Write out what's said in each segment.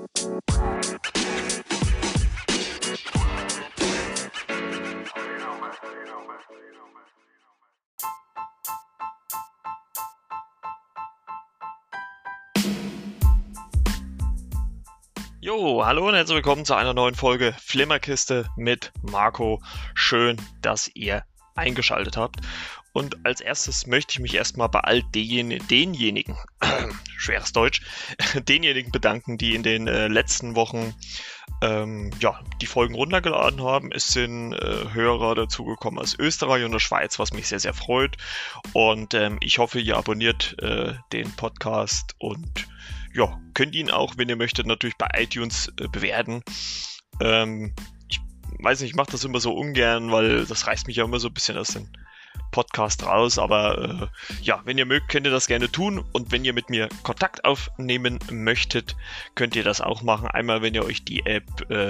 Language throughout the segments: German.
Jo, hallo und herzlich willkommen zu einer neuen Folge Flimmerkiste mit Marco. Schön, dass ihr eingeschaltet habt. Und als erstes möchte ich mich erstmal bei all denjenigen, schweres Deutsch, denjenigen bedanken, die in den letzten Wochen die Folgen runtergeladen haben. Es sind Hörer dazugekommen aus Österreich und der Schweiz, was mich sehr, sehr freut. Und ich hoffe, ihr abonniert den Podcast und ja, könnt ihn auch, wenn ihr möchtet, natürlich bei iTunes bewerten. Ich weiß nicht, ich mache das immer so ungern, weil das reißt mich ja immer so ein bisschen aus dem Podcast raus. Aber wenn ihr mögt, könnt ihr das gerne tun. Und wenn ihr mit mir Kontakt aufnehmen möchtet, könnt ihr das auch machen. Einmal, wenn ihr euch die App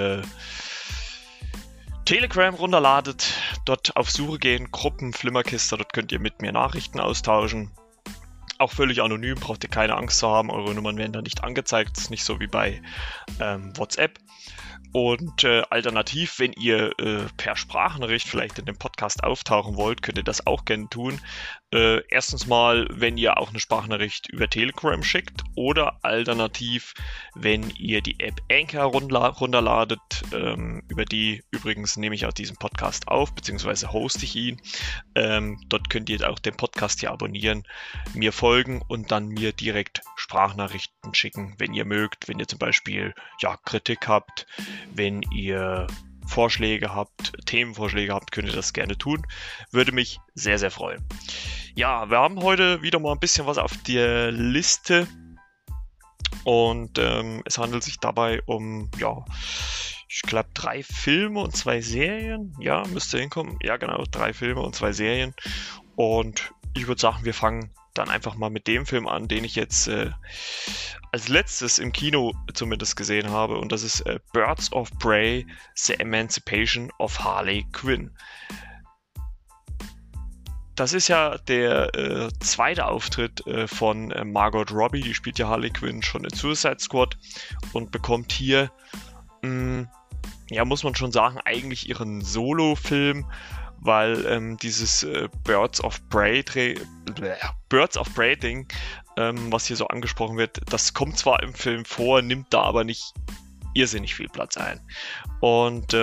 Telegram runterladet, dort auf Suche gehen, Gruppen, Flimmerkiste, dort könnt ihr mit mir Nachrichten austauschen. Auch völlig anonym, braucht ihr keine Angst zu haben, eure Nummern werden da nicht angezeigt, das ist nicht so wie bei WhatsApp. Und alternativ, wenn ihr per Sprachnachricht vielleicht in dem Podcast auftauchen wollt, könnt ihr das auch gerne tun. Erstens mal, wenn ihr auch eine Sprachnachricht über Telegram schickt oder alternativ, wenn ihr die App Anchor runterladet, über die übrigens nehme ich auch diesen Podcast auf, beziehungsweise hoste ich ihn. Dort könnt ihr auch den Podcast hier abonnieren, mir folgen und dann mir direkt Sprachnachrichten schicken, wenn ihr mögt, wenn ihr zum Beispiel Kritik habt, wenn ihr Vorschläge habt, Themenvorschläge habt, könnt ihr das gerne tun. Würde mich sehr, sehr freuen. Ja, wir haben heute wieder mal ein bisschen was auf der Liste und es handelt sich dabei um, ich glaube 3 Filme und 2 Serien. Ja, müsste hinkommen. Ja, genau, 3 Filme und 2 Serien. Und ich würde sagen, wir fangen dann einfach mal mit dem Film an, den ich jetzt als letztes im Kino zumindest gesehen habe. Und das ist Birds of Prey, The Emancipation of Harley Quinn. Das ist ja der zweite Auftritt von Margot Robbie. Die spielt ja Harley Quinn schon in Suicide Squad und bekommt hier, muss man schon sagen, eigentlich ihren Solo-Film, weil dieses Birds of Prey Ding, was hier so angesprochen wird, das kommt zwar im Film vor, nimmt da aber nicht irrsinnig viel Platz ein. Und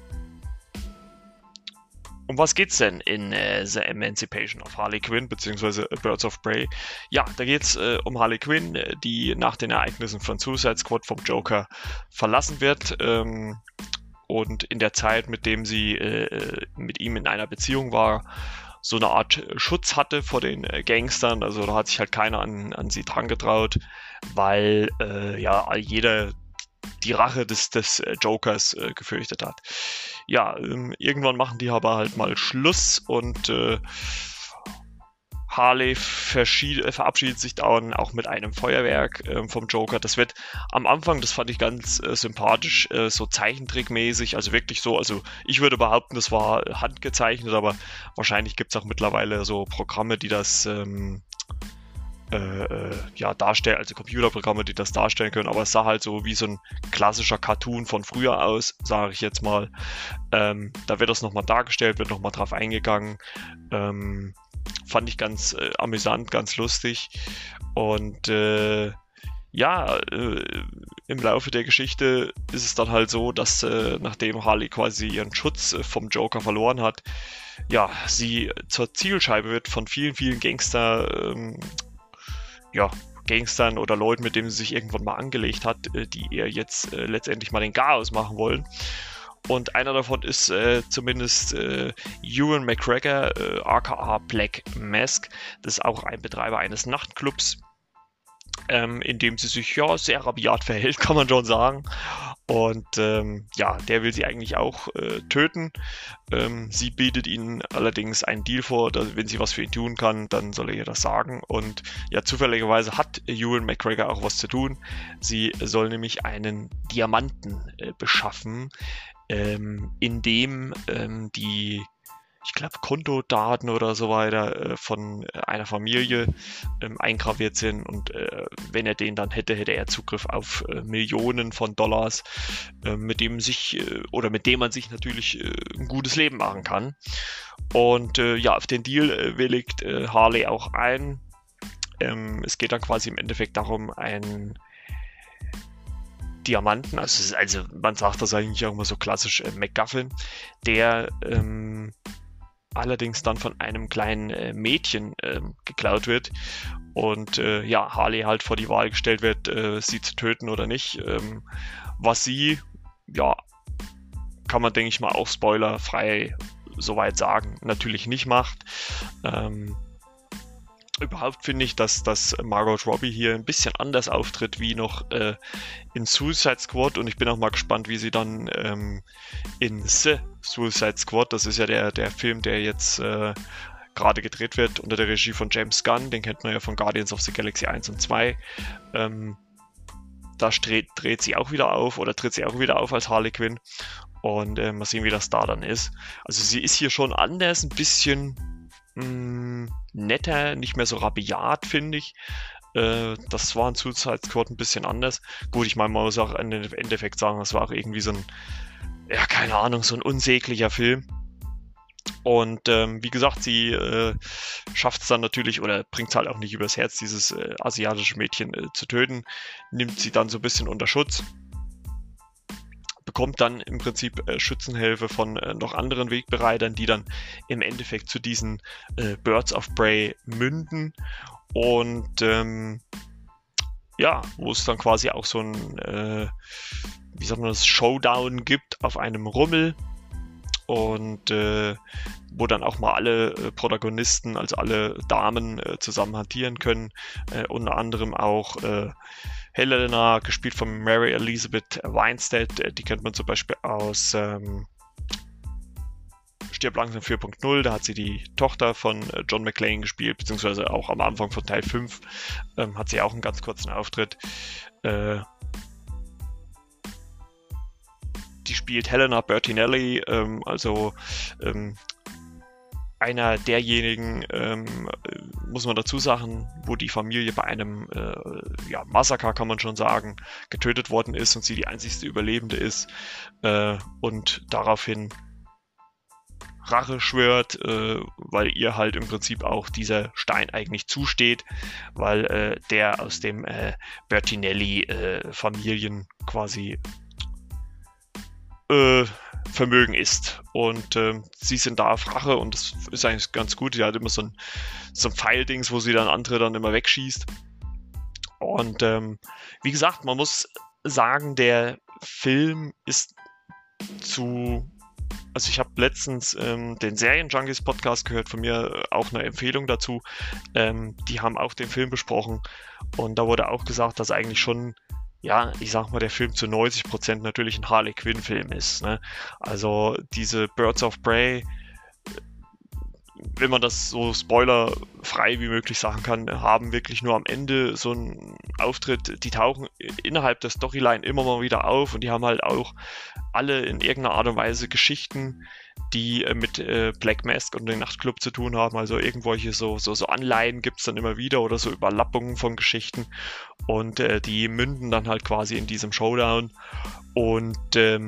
um was geht's denn in The Emancipation of Harley Quinn, beziehungsweise Birds of Prey? Ja, da geht's um Harley Quinn, die nach den Ereignissen von Suicide Squad vom Joker verlassen wird. Und in der Zeit, mit dem sie mit ihm in einer Beziehung war, so eine Art Schutz hatte vor den Gangstern. Also da hat sich halt keiner an sie dran getraut, weil jeder die Rache des Jokers gefürchtet hat. Ja, irgendwann machen die aber halt mal Schluss und Harley verabschiedet sich dann auch mit einem Feuerwerk vom Joker. Das wird am Anfang, das fand ich ganz sympathisch, so zeichentrickmäßig, also wirklich so, also ich würde behaupten, das war handgezeichnet, aber wahrscheinlich gibt es auch mittlerweile so Programme, die das darstellen, also Computerprogramme, die das darstellen können, aber es sah halt so wie so ein klassischer Cartoon von früher aus, sage ich jetzt mal. Da wird das nochmal dargestellt, wird nochmal drauf eingegangen. Fand ich ganz amüsant, ganz lustig. Und im Laufe der Geschichte ist es dann halt so, dass nachdem Harley quasi ihren Schutz vom Joker verloren hat, sie zur Zielscheibe wird von vielen, vielen Gangstern oder Leuten, mit denen sie sich irgendwann mal angelegt hat, die ihr jetzt letztendlich mal den Chaos machen wollen. Und einer davon ist zumindest Ewan McGregor, aka Black Mask. Das ist auch ein Betreiber eines Nachtclubs, in dem sie sich sehr rabiat verhält, kann man schon sagen. Und der will sie eigentlich auch töten. Sie bietet ihnen allerdings einen Deal vor, dass, wenn sie was für ihn tun kann, dann soll er ihr das sagen. Und zufälligerweise hat Ewan McGregor auch was zu tun. Sie soll nämlich einen Diamanten beschaffen, in dem die ich glaube, Kontodaten oder so weiter von einer Familie eingraviert sind. Und wenn er den dann hätte, hätte er Zugriff auf Millionen von Dollars, mit dem sich oder mit dem man sich natürlich ein gutes Leben machen kann. Und ja, auf den Deal willigt Harley auch ein. Es geht dann quasi im Endeffekt darum, einen Diamanten, also man sagt das eigentlich auch immer so klassisch MacGuffin, der allerdings dann von einem kleinen Mädchen geklaut wird und ja, Harley halt vor die Wahl gestellt wird, sie zu töten oder nicht. Was sie, ja, kann man, denke ich mal, auch spoilerfrei soweit sagen, natürlich nicht macht. Überhaupt finde ich, dass Margot Robbie hier ein bisschen anders auftritt wie noch in Suicide Squad, und ich bin auch mal gespannt, wie sie dann in The Suicide Squad, das ist ja der Film, der jetzt gerade gedreht wird unter der Regie von James Gunn, den kennt man ja von Guardians of the Galaxy 1 und 2. Da dreht sie auch wieder auf oder tritt sie auch wieder auf als Harley Quinn, und mal sehen, wie das da dann ist. Also sie ist hier schon anders, ein bisschen netter, nicht mehr so rabiat, finde ich. Das war in Suicide Squad ein bisschen anders. Gut, ich meine, man muss auch im Endeffekt sagen, das war auch irgendwie so ein, ja, keine Ahnung, so ein unsäglicher Film. Und wie gesagt, sie schafft es dann natürlich oder bringt es halt auch nicht übers Herz, dieses asiatische Mädchen zu töten, nimmt sie dann so ein bisschen unter Schutz, bekommt dann im Prinzip Schützenhilfe von noch anderen Wegbereitern, die dann im Endeffekt zu diesen Birds of Prey münden, und ja, wo es dann quasi auch so ein, wie sagt man das, Showdown gibt auf einem Rummel, und wo dann auch mal alle Protagonisten, also alle Damen zusammen hantieren können, unter anderem auch Helena, gespielt von Mary Elizabeth Winstead, die kennt man zum Beispiel aus Stirb langsam 4.0, da hat sie die Tochter von John McClane gespielt, beziehungsweise auch am Anfang von Teil 5 hat sie auch einen ganz kurzen Auftritt. Die spielt Helena Bertinelli, also einer derjenigen, muss man dazu sagen, wo die Familie bei einem ja, Massaker, kann man schon sagen, getötet worden ist und sie die einzigste Überlebende ist und daraufhin Rache schwört, weil ihr halt im Prinzip auch dieser Stein eigentlich zusteht, weil der aus dem Bertinelli Familien quasi Vermögen ist. Und sie sind da auf Rache, und das ist eigentlich ganz gut. Sie hat immer so ein Pfeildings, wo sie dann andere dann immer wegschießt. Und wie gesagt, man muss sagen, der Film ist also ich habe letztens den Serienjunkies Podcast gehört, von mir auch eine Empfehlung dazu. Die haben auch den Film besprochen, und da wurde auch gesagt, dass eigentlich schon, ja, ich sag mal, der Film zu 90% natürlich ein Harley Quinn Film ist, ne? Also diese Birds of Prey, wenn man das so spoilerfrei wie möglich sagen kann, haben wirklich nur am Ende so einen Auftritt. Die tauchen innerhalb der Storyline immer mal wieder auf, und die haben halt auch alle in irgendeiner Art und Weise Geschichten, die mit Black Mask und dem Nachtclub zu tun haben. Also irgendwelche so Anleihen gibt es dann immer wieder oder so Überlappungen von Geschichten, und die münden dann halt quasi in diesem Showdown. Und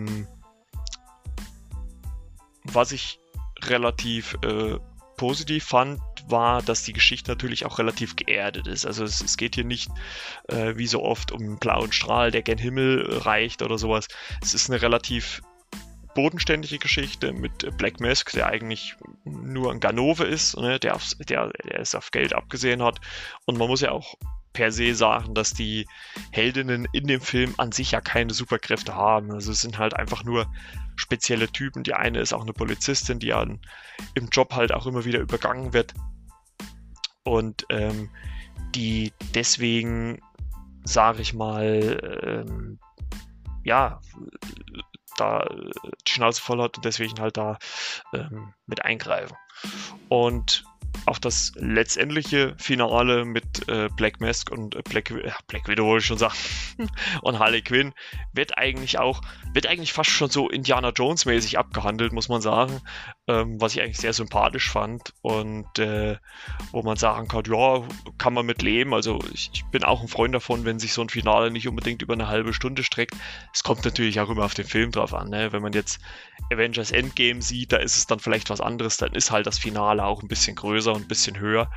was ich relativ positiv fand, war, dass die Geschichte natürlich auch relativ geerdet ist. Also es geht hier nicht wie so oft um einen blauen Strahl, der gen Himmel reicht oder sowas. Es ist eine relativ bodenständige Geschichte mit Black Mask, der eigentlich nur ein Ganove ist, ne, der es auf Geld abgesehen hat. Und man muss ja auch per se sagen, dass die Heldinnen in dem Film an sich ja keine Superkräfte haben. Also es sind halt einfach nur spezielle Typen. Die eine ist auch eine Polizistin, die im Job halt auch immer wieder übergangen wird, und die deswegen, sage ich mal, ja, da die Schnauze voll hat und deswegen halt da mit eingreifen. Und auch das letztendliche Finale mit Black Mask und Black Widow, wollte ich schon sagen, und Harley Quinn wird eigentlich fast schon so Indiana Jones mäßig abgehandelt, muss man sagen. was ich eigentlich sehr sympathisch fand und wo man sagen kann, ja, kann man mit leben. Also ich bin auch ein Freund davon, wenn sich so ein Finale nicht unbedingt über eine halbe Stunde streckt. Es kommt natürlich auch immer auf den Film drauf an, ne? Wenn man jetzt Avengers Endgame sieht, da ist es dann vielleicht was anderes, dann ist halt das Finale auch ein bisschen größer und ein bisschen höher.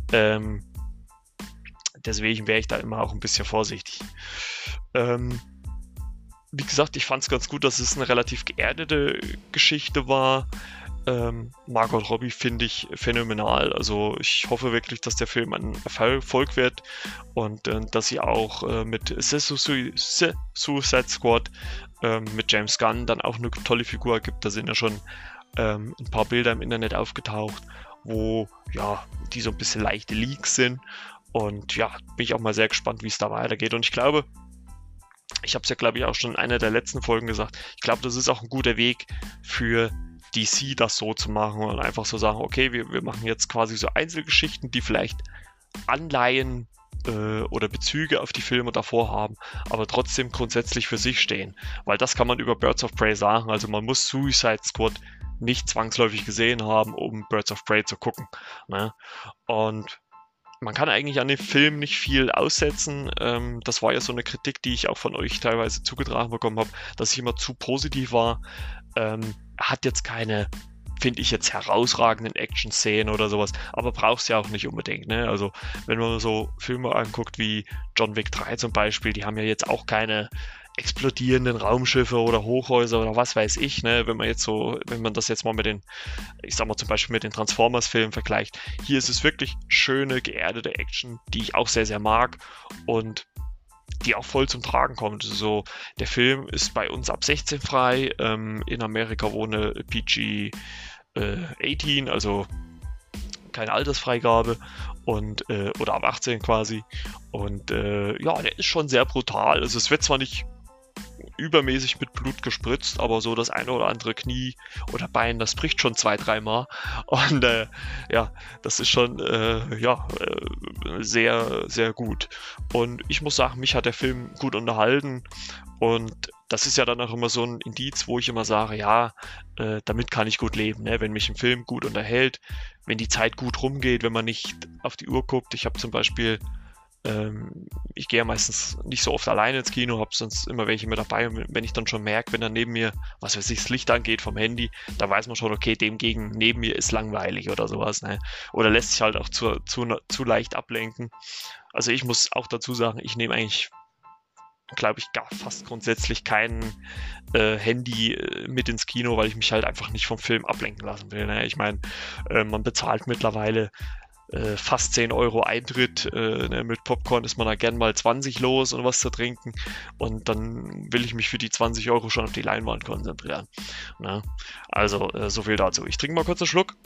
Deswegen wäre ich da immer auch ein bisschen vorsichtig. Wie gesagt, ich fand es ganz gut, dass es eine relativ geerdete Geschichte war. Margot Robbie finde ich phänomenal. Also ich hoffe wirklich, dass der Film ein Erfolg wird und dass sie auch mit Suicide Squad mit James Gunn dann auch eine tolle Figur gibt. Da sind ja schon ein paar Bilder im Internet aufgetaucht, wo ja die so ein bisschen leichte Leaks sind. Und ja, bin ich auch mal sehr gespannt, wie es da weitergeht. Und ich glaube, ich habe es ja, glaube ich, auch schon in einer der letzten Folgen gesagt, ich glaube, das ist auch ein guter Weg für DC, das so zu machen und einfach so sagen, okay, wir machen jetzt quasi so Einzelgeschichten, die vielleicht Anleihen oder Bezüge auf die Filme davor haben, aber trotzdem grundsätzlich für sich stehen. Weil das kann man über Birds of Prey sagen. Also man muss Suicide Squad nicht zwangsläufig gesehen haben, um Birds of Prey zu gucken. Ne? Und man kann eigentlich an dem Film nicht viel aussetzen. Das war ja so eine Kritik, die ich auch von euch teilweise zugetragen bekommen habe, dass ich immer zu positiv war. Hat jetzt keine, finde ich jetzt, herausragenden Action-Szenen oder sowas, aber brauchst ja auch nicht unbedingt. Ne? Also wenn man so Filme anguckt wie John Wick 3 zum Beispiel, die haben ja jetzt auch keine explodierenden Raumschiffe oder Hochhäuser oder was weiß ich, ne, wenn man das jetzt mal mit den, ich sag mal zum Beispiel mit den Transformers-Filmen vergleicht. Hier ist es wirklich schöne, geerdete Action, die ich auch sehr, sehr mag und die auch voll zum Tragen kommt. So, der Film ist bei uns ab 16 frei, in Amerika wohne PG 18, also keine Altersfreigabe und oder ab 18 quasi. Und ja, der ist schon sehr brutal. Also es wird zwar nicht übermäßig mit Blut gespritzt, aber so das eine oder andere Knie oder Bein, das bricht schon 2-3 Mal. Und ja, das ist schon sehr, sehr gut. Und ich muss sagen, mich hat der Film gut unterhalten. Und das ist ja dann auch immer so ein Indiz, wo ich immer sage, ja, damit kann ich gut leben, ne? Wenn mich ein Film gut unterhält, wenn die Zeit gut rumgeht, wenn man nicht auf die Uhr guckt. Ich habe zum Beispiel ich gehe ja meistens nicht so oft alleine ins Kino, habe sonst immer welche mit dabei und wenn ich dann schon merke, wenn dann neben mir, was weiß ich, das Licht angeht vom Handy, da weiß man schon, okay, dem gegen neben mir ist langweilig oder sowas, ne? Oder lässt sich halt auch zu leicht ablenken. Also ich muss auch dazu sagen, ich nehme eigentlich, glaube ich, gar fast grundsätzlich kein Handy mit ins Kino, weil ich mich halt einfach nicht vom Film ablenken lassen will, ne? Ich meine, man bezahlt mittlerweile fast 10 Euro Eintritt, ne, mit Popcorn ist man da gern mal 20 los und was zu trinken und dann will ich mich für die 20 Euro schon auf die Leinwand konzentrieren. Ne? Also so viel dazu. Ich trinke mal kurz einen Schluck,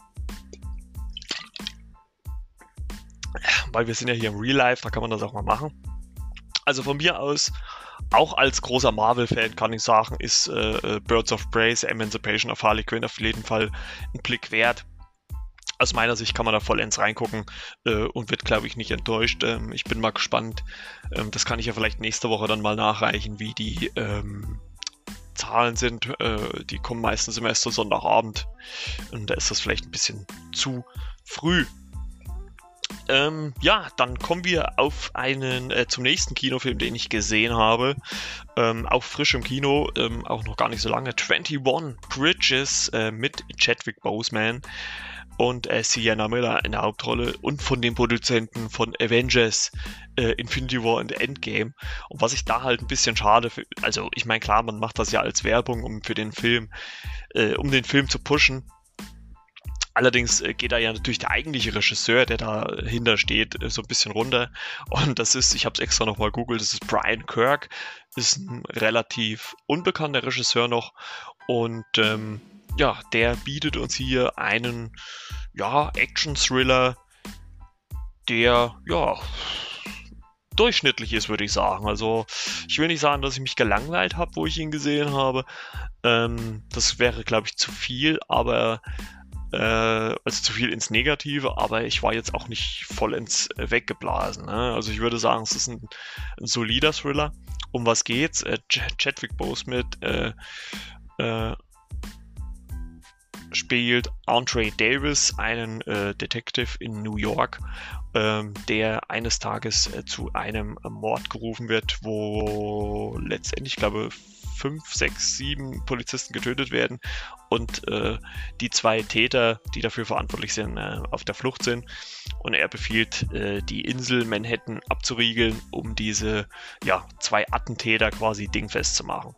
weil wir sind ja hier im Real Life, da kann man das auch mal machen. Also von mir aus, auch als großer Marvel-Fan kann ich sagen, ist Birds of Prey, Emancipation of Harley Quinn auf jeden Fall ein Blick wert. Aus meiner Sicht kann man da vollends reingucken und wird, glaube ich, nicht enttäuscht. Ich bin mal gespannt. Das kann ich ja vielleicht nächste Woche dann mal nachreichen, wie die Zahlen sind. Die kommen meistens immer erst so Sonntagabend. Und da ist das vielleicht ein bisschen zu früh. Ja, dann kommen wir auf zum nächsten Kinofilm, den ich gesehen habe. Auch frisch im Kino, auch noch gar nicht so lange. 21 Bridges mit Chadwick Boseman und Sienna Miller in der Hauptrolle und von den Produzenten von Avengers, Infinity War und Endgame. Und was ich da halt ein bisschen schade finde, also ich meine, klar, man macht das ja als Werbung, um den Film zu pushen. Allerdings geht da ja natürlich der eigentliche Regisseur, der dahinter steht, so ein bisschen runter. Und das ist, ich habe es extra nochmal googelt, das ist Brian Kirk, ist ein relativ unbekannter Regisseur noch. Und ja, der bietet uns hier einen Action-Thriller, der durchschnittlich ist, würde ich sagen. Also ich will nicht sagen, dass ich mich gelangweilt habe, wo ich ihn gesehen habe. Das wäre, glaube ich, zu viel, aber also zu viel ins Negative, aber ich war jetzt auch nicht vollends weggeblasen. Ne? Also ich würde sagen, es ist ein solider Thriller. Um was geht's? Chadwick Boseman spielt Andre Davis, einen Detective in New York, der eines Tages zu einem Mord gerufen wird, wo letztendlich, glaube ich, 5, 6, 7 Polizisten getötet werden und die 2 Täter, die dafür verantwortlich sind, auf der Flucht sind. Und er befiehlt, die Insel Manhattan abzuriegeln, um diese 2 Attentäter quasi dingfest zu machen.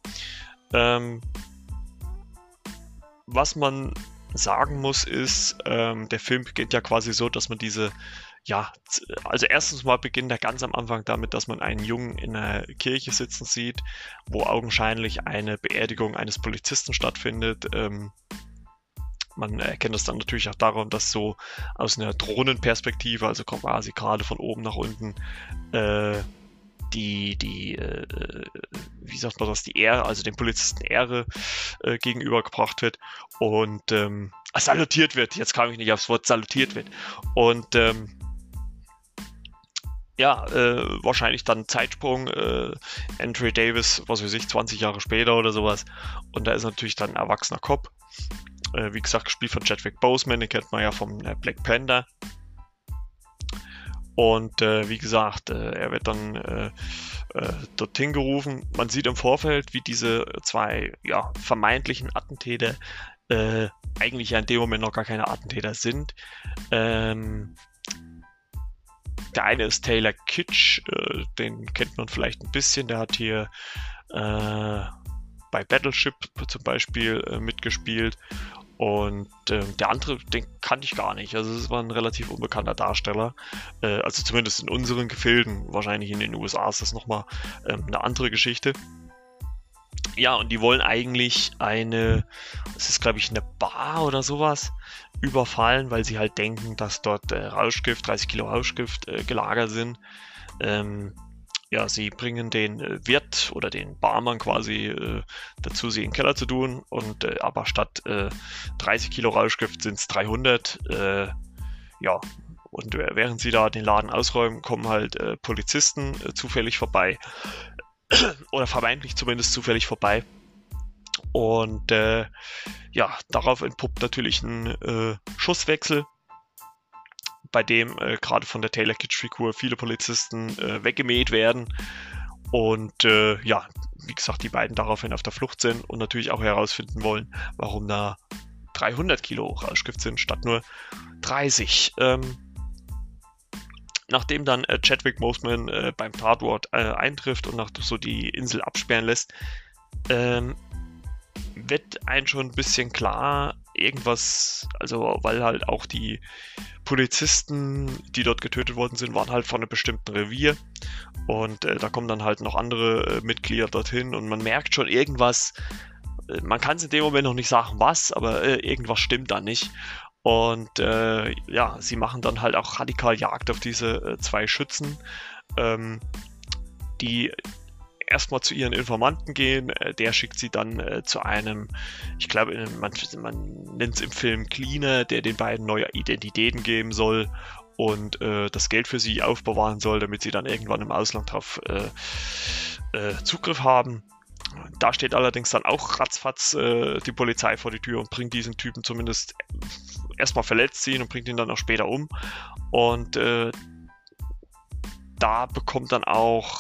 Was man sagen muss ist, der Film beginnt ja quasi so, dass man also erstens mal beginnt er ganz am Anfang damit, dass man einen Jungen in einer Kirche sitzen sieht, wo augenscheinlich eine Beerdigung eines Polizisten stattfindet. Man erkennt das dann natürlich auch daran, dass so aus einer Drohnenperspektive, also quasi gerade von oben nach unten, wie sagt man das, die Ehre, also dem Polizisten Ehre gegenübergebracht wird und salutiert wird. Jetzt kam ich nicht aufs Wort salutiert wird. Und wahrscheinlich dann Zeitsprung, Andre Davis, was weiß ich, 20 Jahre später oder sowas. Und da ist natürlich dann ein erwachsener Cop. Wie gesagt, gespielt von Chadwick Boseman, den kennt man ja vom Black Panther. Und wie gesagt, er wird dann dorthin gerufen. Man sieht im Vorfeld, wie diese 2 vermeintlichen Attentäter eigentlich ja in dem Moment noch gar keine Attentäter sind. Der eine ist Taylor Kitsch, den kennt man vielleicht ein bisschen, der hat hier bei Battleship zum Beispiel mitgespielt. Und der andere, den kannte ich gar nicht. Also es war ein relativ unbekannter Darsteller. Also zumindest in unseren Gefilden. Wahrscheinlich in den USA ist das nochmal eine andere Geschichte. Ja, und die wollen eigentlich es ist glaube ich eine Bar oder sowas, überfallen, weil sie halt denken, dass dort Rauschgift, 30 Kilo Rauschgift gelagert sind. Sie bringen den Wirt oder den Barmann quasi dazu, sie in den Keller zu tun. Und aber statt 30 Kilo Rauschgift sind es 300. Und während sie da den Laden ausräumen, kommen halt Polizisten zufällig vorbei. Oder vermeintlich zumindest zufällig vorbei. Und darauf entpuppt natürlich ein Schusswechsel, bei dem gerade von der Taylor Kitsch-Figur viele Polizisten weggemäht werden. Und wie gesagt, die beiden daraufhin auf der Flucht sind und natürlich auch herausfinden wollen, warum da 300 Kilo Rauschgift sind, statt nur 30. Nachdem dann Chadwick Boseman beim Tatort eintrifft und so die Insel absperren lässt, wird einem schon ein bisschen klar, irgendwas, also weil halt auch die Polizisten, die dort getötet worden sind, waren halt von einem bestimmten Revier und da kommen dann halt noch andere Mitglieder dorthin und man merkt schon irgendwas, man kann es in dem Moment noch nicht sagen was, aber irgendwas stimmt da nicht. Und sie machen dann halt auch radikal Jagd auf diese 2 Schützen, die erstmal zu ihren Informanten gehen. Der schickt sie dann zu einem, ich glaube, man nennt es im Film Cleaner, der den beiden neue Identitäten geben soll und das Geld für sie aufbewahren soll, damit sie dann irgendwann im Ausland darauf Zugriff haben. Da steht allerdings dann auch ratzfatz die Polizei vor die Tür und bringt diesen Typen zumindest erstmal verletzt ihn und bringt ihn dann auch später um. Und da bekommt dann auch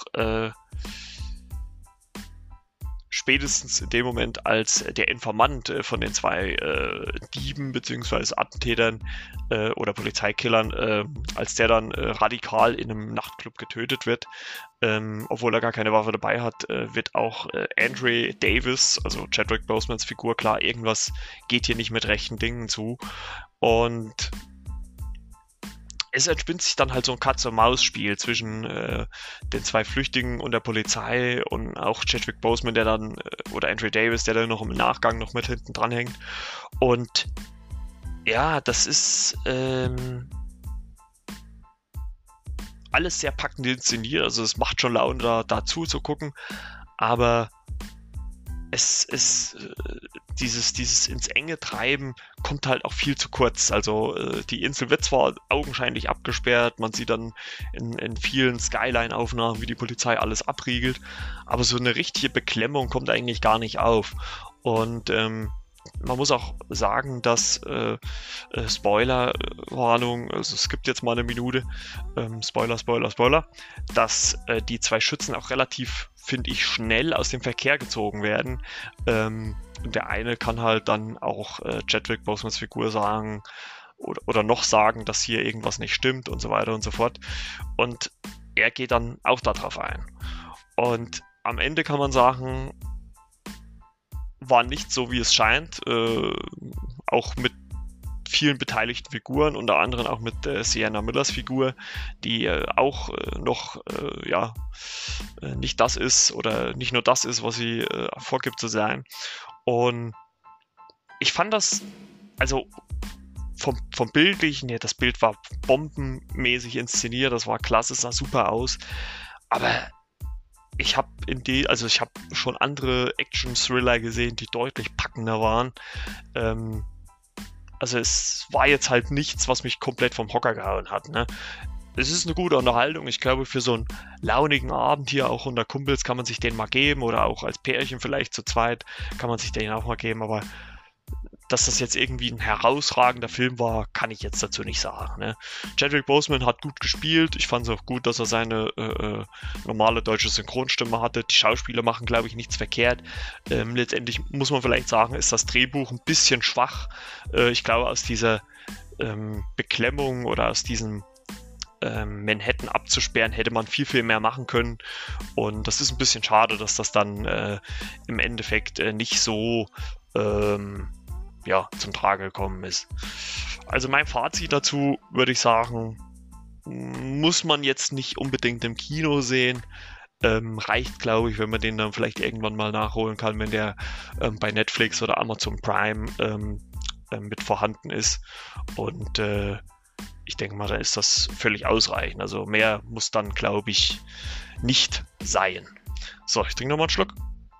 spätestens in dem Moment, als der Informant von den 2 Dieben bzw. Attentätern oder Polizeikillern, als der dann radikal in einem Nachtclub getötet wird, obwohl er gar keine Waffe dabei hat, wird auch Andre Davis, also Chadwick Bosemans Figur, klar, irgendwas geht hier nicht mit rechten Dingen zu. Und es entspinnt sich dann halt so ein Katz-und-Maus-Spiel zwischen den 2 Flüchtigen und der Polizei und auch Chadwick Boseman, der dann, oder Andre Davis, der dann noch im Nachgang noch mit hinten dran hängt. Und ja, das ist alles sehr packend inszeniert, also es macht schon Laune, dazu zu gucken, aber es ist dieses ins Enge treiben kommt halt auch viel zu kurz. Also die Insel wird zwar augenscheinlich abgesperrt, man sieht dann in vielen Skyline-Aufnahmen, wie die Polizei alles abriegelt, aber so eine richtige Beklemmung kommt eigentlich gar nicht auf. Und man muss auch sagen, dass Spoiler-Warnung, also es gibt jetzt mal eine Minute, Spoiler, dass die zwei Schützen auch relativ, finde ich, schnell aus dem Verkehr gezogen werden. Und der eine kann halt dann auch Chadwick Bosemans Figur sagen oder noch sagen, dass hier irgendwas nicht stimmt und so weiter und so fort. Und er geht dann auch darauf ein. Und am Ende kann man sagen, war nicht so, wie es scheint. Auch mit vielen beteiligten Figuren, unter anderem auch mit Sienna Millers Figur, die auch noch nicht das ist oder nicht nur das ist, was sie vorgibt zu sein. Und ich fand das, also vom Bildlichen her, das Bild war bombenmäßig inszeniert, das war klasse, sah super aus, aber ich habe schon andere Action-Thriller gesehen, die deutlich packender waren. Also es war jetzt halt nichts, was mich komplett vom Hocker gehauen hat, ne? Es ist eine gute Unterhaltung. Ich glaube, für so einen launigen Abend hier auch unter Kumpels kann man sich den mal geben oder auch als Pärchen vielleicht zu zweit kann man sich den auch mal geben, aber dass das jetzt irgendwie ein herausragender Film war, kann ich jetzt dazu nicht sagen. Ne? Chadwick Boseman hat gut gespielt. Ich fand es auch gut, dass er seine normale deutsche Synchronstimme hatte. Die Schauspieler machen, glaube ich, nichts verkehrt. Letztendlich muss man vielleicht sagen, ist das Drehbuch ein bisschen schwach. Ich glaube, aus dieser Beklemmung oder aus diesem Manhattan abzusperren, hätte man viel, viel mehr machen können. Und das ist ein bisschen schade, dass das dann im Endeffekt nicht so zum Tragen gekommen ist. Also mein Fazit dazu würde ich sagen, muss man jetzt nicht unbedingt im Kino sehen. Reicht, glaube ich, wenn man den dann vielleicht irgendwann mal nachholen kann, wenn der bei Netflix oder Amazon Prime mit vorhanden ist. Und ich denke mal, da ist das völlig ausreichend. Also mehr muss dann, glaube ich, nicht sein. So, ich trinke nochmal einen Schluck.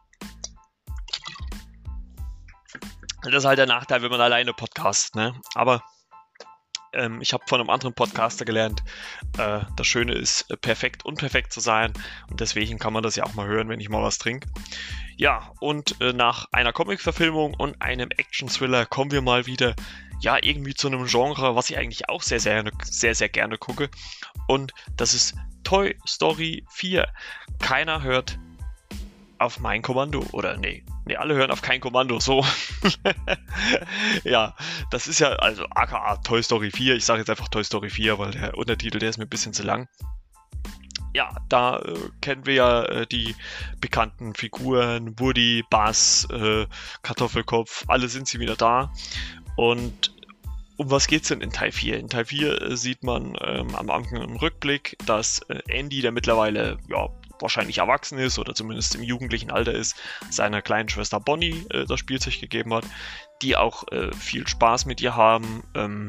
Das ist halt der Nachteil, wenn man alleine podcastet, ne? Aber ich habe von einem anderen Podcaster gelernt, das Schöne ist, perfekt unperfekt zu sein. Und deswegen kann man das ja auch mal hören, wenn ich mal was trinke. Ja, und nach einer Comic-Verfilmung und einem Action-Thriller kommen wir mal wieder, ja, irgendwie zu einem Genre, was ich eigentlich auch sehr, sehr gerne gucke. Und das ist Toy Story 4. Keiner hört auf mein Kommando. Oder nee, alle hören auf kein Kommando. So. Ja, das ist ja, also aka Toy Story 4. Ich sage jetzt einfach Toy Story 4, weil der Untertitel, der ist mir ein bisschen zu lang. Ja, da kennen wir ja die bekannten Figuren, Woody, Buzz, Kartoffelkopf, alle sind sie wieder da. Und um was geht's denn in Teil 4? In Teil 4 sieht man am Anfang im Rückblick, dass Andy, der mittlerweile wahrscheinlich erwachsen ist oder zumindest im jugendlichen Alter ist, seiner kleinen Schwester Bonnie das Spielzeug gegeben hat, die auch viel Spaß mit ihr haben,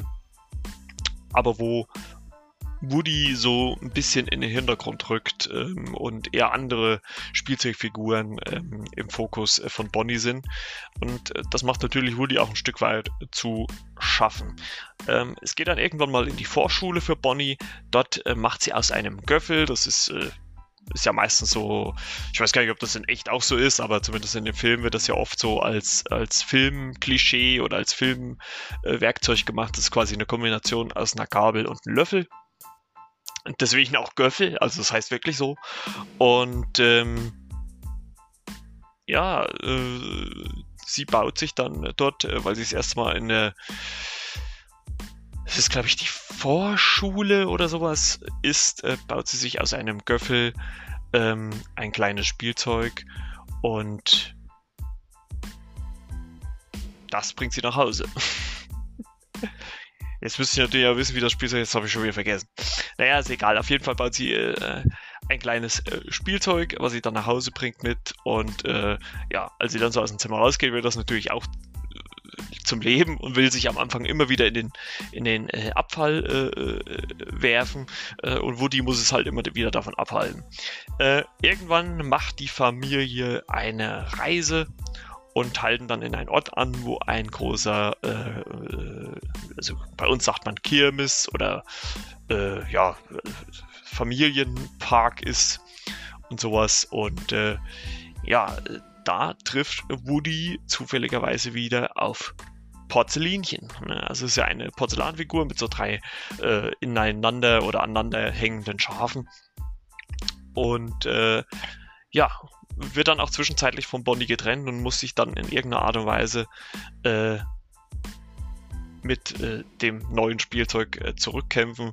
aber wo Woody so ein bisschen in den Hintergrund rückt und eher andere Spielzeugfiguren im Fokus von Bonnie sind. Und das macht natürlich Woody auch ein Stück weit zu schaffen. Es geht dann irgendwann mal in die Vorschule für Bonnie. Dort macht sie aus einem Göffel, das ist ja meistens so, ich weiß gar nicht, ob das in echt auch so ist, aber zumindest in dem Film wird das ja oft so als Filmklischee oder als Filmwerkzeug gemacht. Das ist quasi eine Kombination aus einer Gabel und einem Löffel. Und deswegen auch Göffel, also das heißt wirklich so. Und sie baut sich dann dort, weil sie es erstmal das ist, glaube ich, die Vorschule oder sowas ist, baut sie sich aus einem Göffel ein kleines Spielzeug und das bringt sie nach Hause. Jetzt müsst ihr natürlich ja wissen, wie das Spielzeug ist, das habe ich schon wieder vergessen. Naja, ist egal. Auf jeden Fall baut sie ein kleines Spielzeug, was sie dann nach Hause bringt mit. Und als sie dann so aus dem Zimmer rausgeht, wird das natürlich auch zum Leben und will sich am Anfang immer wieder in den Abfall werfen. Und Woody muss es halt immer wieder davon abhalten. Irgendwann macht die Familie eine Reise und halten dann in einen Ort an, wo ein großer, also bei uns sagt man Kirmes oder Familienpark ist und sowas. Und da trifft Woody zufälligerweise wieder auf Porzellinchen. Also es ist ja eine Porzellanfigur mit so 3 ineinander oder aneinander hängenden Schafen. Und wird dann auch zwischenzeitlich von Bonnie getrennt und muss sich dann in irgendeiner Art und Weise mit dem neuen Spielzeug zurückkämpfen.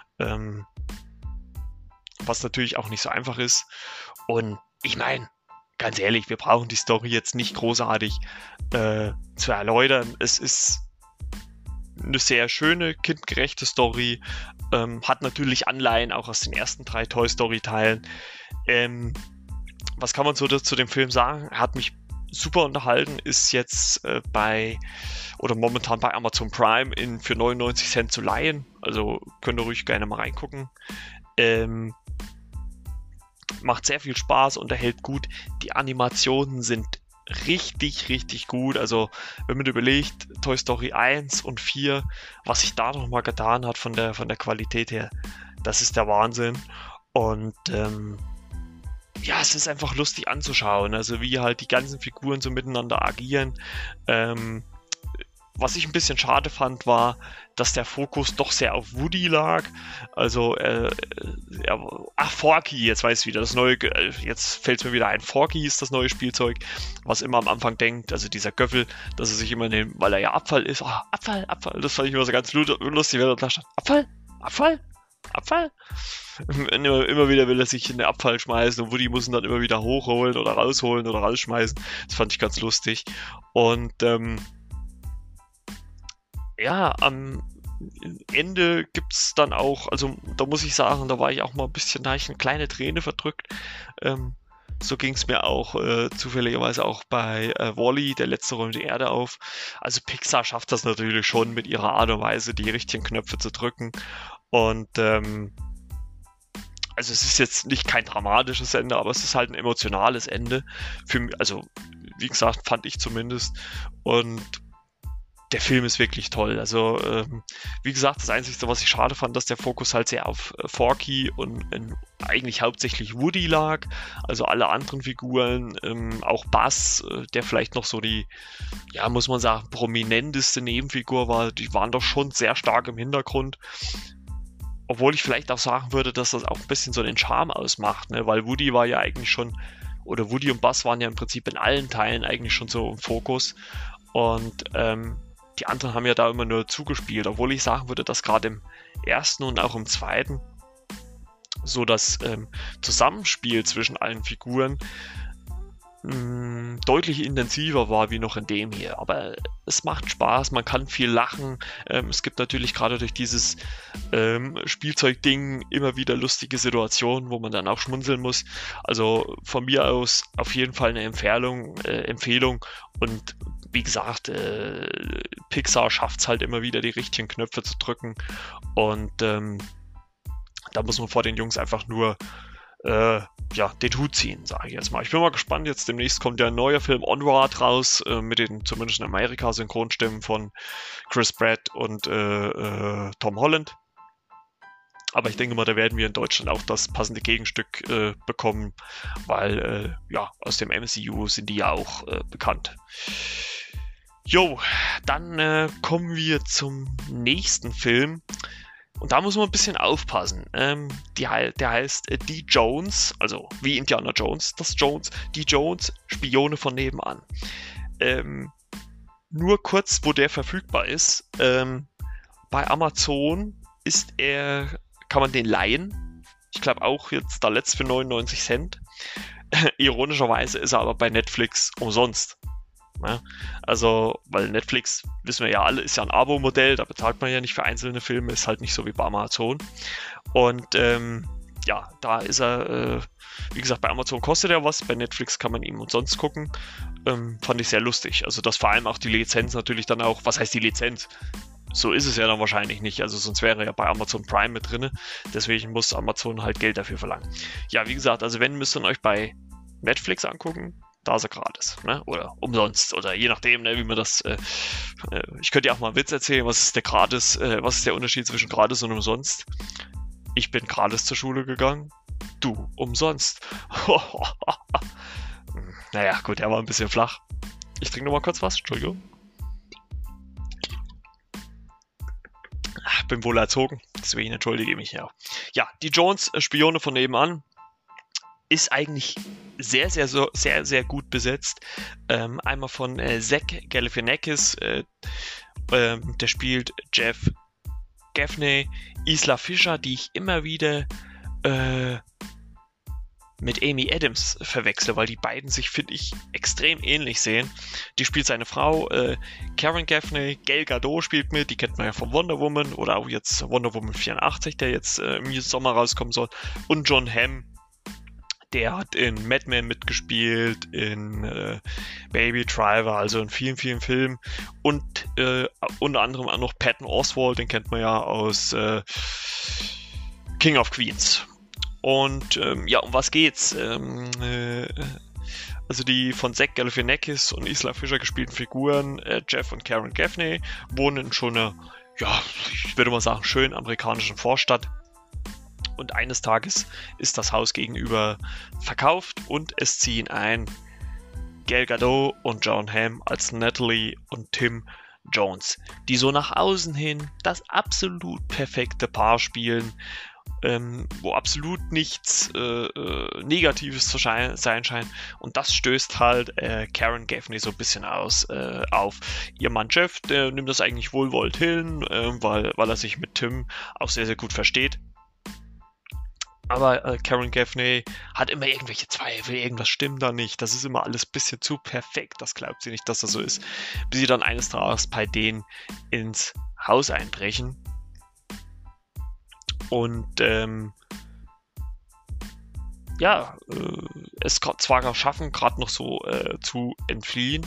Was natürlich auch nicht so einfach ist. Und ich meine, ganz ehrlich, wir brauchen die Story jetzt nicht großartig zu erläutern. Es ist eine sehr schöne, kindgerechte Story. Hat natürlich Anleihen auch aus den ersten 3 Toy Story Teilen. Was kann man so zu dem Film sagen? Er hat mich super unterhalten, ist jetzt momentan bei Amazon Prime für 99 Cent zu leihen. Also könnt ihr ruhig gerne mal reingucken. Macht sehr viel Spaß, unterhält gut. Die Animationen sind richtig, richtig gut. Also wenn man überlegt, Toy Story 1 und 4, was sich da nochmal getan hat von der Qualität her, das ist der Wahnsinn. Und es ist einfach lustig anzuschauen. Also wie halt die ganzen Figuren so miteinander agieren. Was ich ein bisschen schade fand, war, dass der Fokus doch sehr auf Woody lag. Also, Forky, jetzt weiß ich wieder, das neue, jetzt fällt es mir wieder ein, Forky ist das neue Spielzeug, was immer am Anfang denkt, also dieser Göffel, dass er sich immer nimmt, weil er ja Abfall ist. Abfall, das fand ich immer so ganz lustig, wenn er da stand. Abfall. Immer wieder will er sich in den Abfall schmeißen und Woody muss ihn dann immer wieder hochholen oder rausholen oder rausschmeißen. Das fand ich ganz lustig. Und, am Ende gibt es dann auch, also da muss ich sagen, da war ich auch mal ein bisschen, da habe ich eine kleine Träne verdrückt. So ging es mir auch zufälligerweise auch bei Wall-E, der letzte räumt die Erde auf. Also Pixar schafft das natürlich schon mit ihrer Art und Weise, die richtigen Knöpfe zu drücken. Und also es ist jetzt nicht kein dramatisches Ende, aber es ist halt ein emotionales Ende. Für mich, also wie gesagt, fand ich zumindest. Und der Film ist wirklich toll. Also, wie gesagt, das Einzige, was ich schade fand, dass der Fokus halt sehr auf Forky und eigentlich hauptsächlich Woody lag. Also alle anderen Figuren, auch Buzz, der vielleicht noch so die, muss man sagen, prominenteste Nebenfigur war, die waren doch schon sehr stark im Hintergrund. Obwohl ich vielleicht auch sagen würde, dass das auch ein bisschen so den Charme ausmacht, ne? Weil Woody war ja eigentlich schon, oder Woody und Buzz waren ja im Prinzip in allen Teilen eigentlich schon so im Fokus. Und die anderen haben ja da immer nur zugespielt, obwohl ich sagen würde, dass gerade im ersten und auch im zweiten so das Zusammenspiel zwischen allen Figuren deutlich intensiver war wie noch in dem hier. Aber es macht Spaß, man kann viel lachen. Es gibt natürlich gerade durch dieses Spielzeugding immer wieder lustige Situationen, wo man dann auch schmunzeln muss. Also von mir aus auf jeden Fall eine Empfehlung. Und wie gesagt, Pixar schafft es halt immer wieder, die richtigen Knöpfe zu drücken. Und da muss man vor den Jungs einfach nur den Hut ziehen, sage ich jetzt mal. Ich bin mal gespannt, jetzt demnächst kommt ja ein neuer Film Onward raus, mit den zumindest in Amerika Synchronstimmen von Chris Pratt und Tom Holland. Aber ich denke mal, da werden wir in Deutschland auch das passende Gegenstück bekommen, weil aus dem MCU sind die ja auch bekannt. Dann kommen wir zum nächsten Film. Und da muss man ein bisschen aufpassen. Der heißt Die Jones, also wie Indiana Jones, das Jones, Die Jones, Spione von nebenan. Nur kurz, wo der verfügbar ist. Bei Amazon kann man den leihen. Ich glaube auch jetzt da letzt für 99 Cent. Ironischerweise ist er aber bei Netflix umsonst. Ja, also, weil Netflix, wissen wir ja alle, ist ja ein Abo-Modell, da bezahlt man ja nicht für einzelne Filme, ist halt nicht so wie bei Amazon. Und da ist er, wie gesagt, bei Amazon kostet er was, bei Netflix kann man ihn umsonst gucken. Fand ich sehr lustig. Also, dass vor allem auch die Lizenz natürlich dann auch, was heißt die Lizenz? So ist es ja dann wahrscheinlich nicht, also sonst wäre er ja bei Amazon Prime mit drin. Deswegen muss Amazon halt Geld dafür verlangen. Ja, wie gesagt, also wenn, müsst ihr euch bei Netflix angucken. Da ist er gratis, ne? Oder umsonst, oder je nachdem, ne, wie man das. Ich könnte ja auch mal einen Witz erzählen, was ist der Unterschied zwischen gratis und umsonst? Ich bin gratis zur Schule gegangen, du umsonst. naja, gut, er war ein bisschen flach. Ich trinke nochmal kurz was, Entschuldigung. Bin wohl erzogen, deswegen entschuldige ich mich ja. Ja, die Jones, Spione von nebenan, ist eigentlich sehr, sehr, sehr, sehr gut besetzt. Einmal von Zach Galifianakis, der spielt Jeff Gaffney, Isla Fisher, die ich immer wieder mit Amy Adams verwechsle, weil die beiden sich, finde ich, extrem ähnlich sehen. Die spielt seine Frau, Karen Gaffney, Gal Gadot spielt mit, die kennt man ja von Wonder Woman oder auch jetzt Wonder Woman 84, der jetzt im Sommer rauskommen soll, und John Hamm, der hat in Mad Men mitgespielt, in Baby Driver, also in vielen, vielen Filmen, und unter anderem auch noch Patton Oswalt, den kennt man ja aus King of Queens. Und ja, um was geht's? Also die von Zach Galifianakis und Isla Fisher gespielten Figuren, Jeff und Karen Gaffney, wohnen in schon einer, ja, ich würde mal sagen, schönen amerikanischen Vorstadt. Und eines Tages ist das Haus gegenüber verkauft und es ziehen ein Gal Gadot und John Hamm als Natalie und Tim Jones, die so nach außen hin das absolut perfekte Paar spielen, wo absolut nichts Negatives zu sein scheint. Und das stößt halt Karen Gaffney so ein bisschen auf. Ihr Mann Jeff, der nimmt das eigentlich wohlwollend hin, weil er sich mit Tim auch sehr, sehr gut versteht. Aber Karen Gaffney hat immer irgendwelche Zweifel, irgendwas stimmt da nicht. Das ist immer alles ein bisschen zu perfekt, das glaubt sie nicht, dass das so ist. Bis sie dann eines Tages bei denen ins Haus einbrechen. Und ja, es zwar schaffen, gerade noch so zu entfliehen,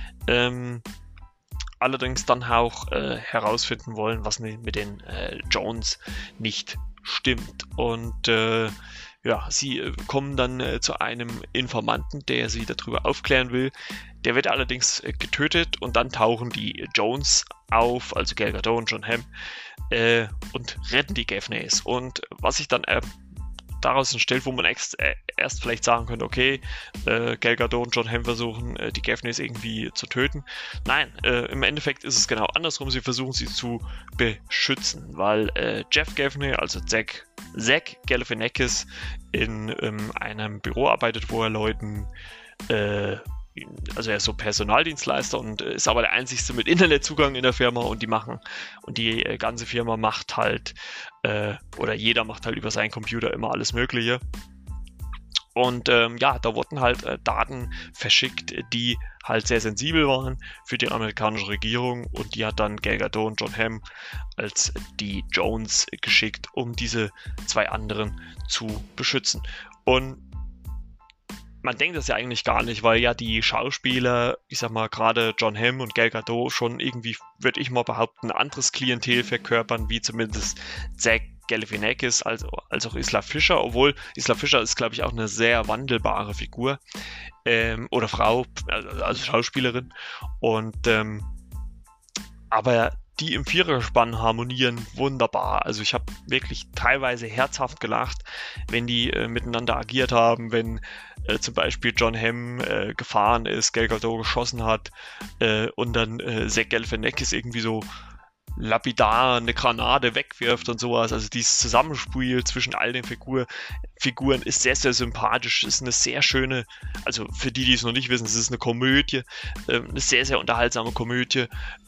allerdings dann auch herausfinden wollen, was mit den Jones nicht stimmt. Und ja, sie kommen dann zu einem Informanten, der sie darüber aufklären will. Der wird allerdings getötet und dann tauchen die Jones auf, also Gal Gadot und John Hamm, und retten die Gaffneys. Und was sich dann daraus entstellt, wo man erst vielleicht sagen könnte, okay, Gal Gadot und John Hamm versuchen, die Gaffneys irgendwie zu töten. Nein, im Endeffekt ist es genau andersrum. Sie versuchen, sie zu beschützen, weil Jeff Gaffney, also Zach Galifianakis, in einem Büro arbeitet, wo er Leuten also er ist so Personaldienstleister und ist aber der einzigste mit Internetzugang in der Firma, und die ganze Firma macht halt, oder jeder macht halt über seinen Computer immer alles Mögliche. Und ja, da wurden halt Daten verschickt, die halt sehr sensibel waren für die amerikanische Regierung, und die hat dann Gal Gadot und John Hamm als die Jones geschickt, um diese zwei anderen zu beschützen. Und man denkt das ja eigentlich gar nicht, weil ja die Schauspieler, ich sag mal, gerade John Hamm und Gal Gadot schon irgendwie, würde ich mal behaupten, ein anderes Klientel verkörpern, wie zumindest Zach Galifianakis als auch Isla Fisher, obwohl Isla Fisher ist, glaube ich, auch eine sehr wandelbare Figur oder Frau, also Schauspielerin, und aber die im Vierergespann harmonieren wunderbar. Also ich habe wirklich teilweise herzhaft gelacht, wenn die miteinander agiert haben, wenn zum Beispiel John Hamm gefahren ist, Gal Gadot geschossen hat und dann Zach Galifianakis irgendwie so lapidar eine Granate wegwirft und sowas. Also dieses Zusammenspiel zwischen all den Figuren ist sehr, sehr sympathisch. Ist eine sehr schöne, also für die es noch nicht wissen, es ist eine Komödie, eine sehr, sehr unterhaltsame Komödie,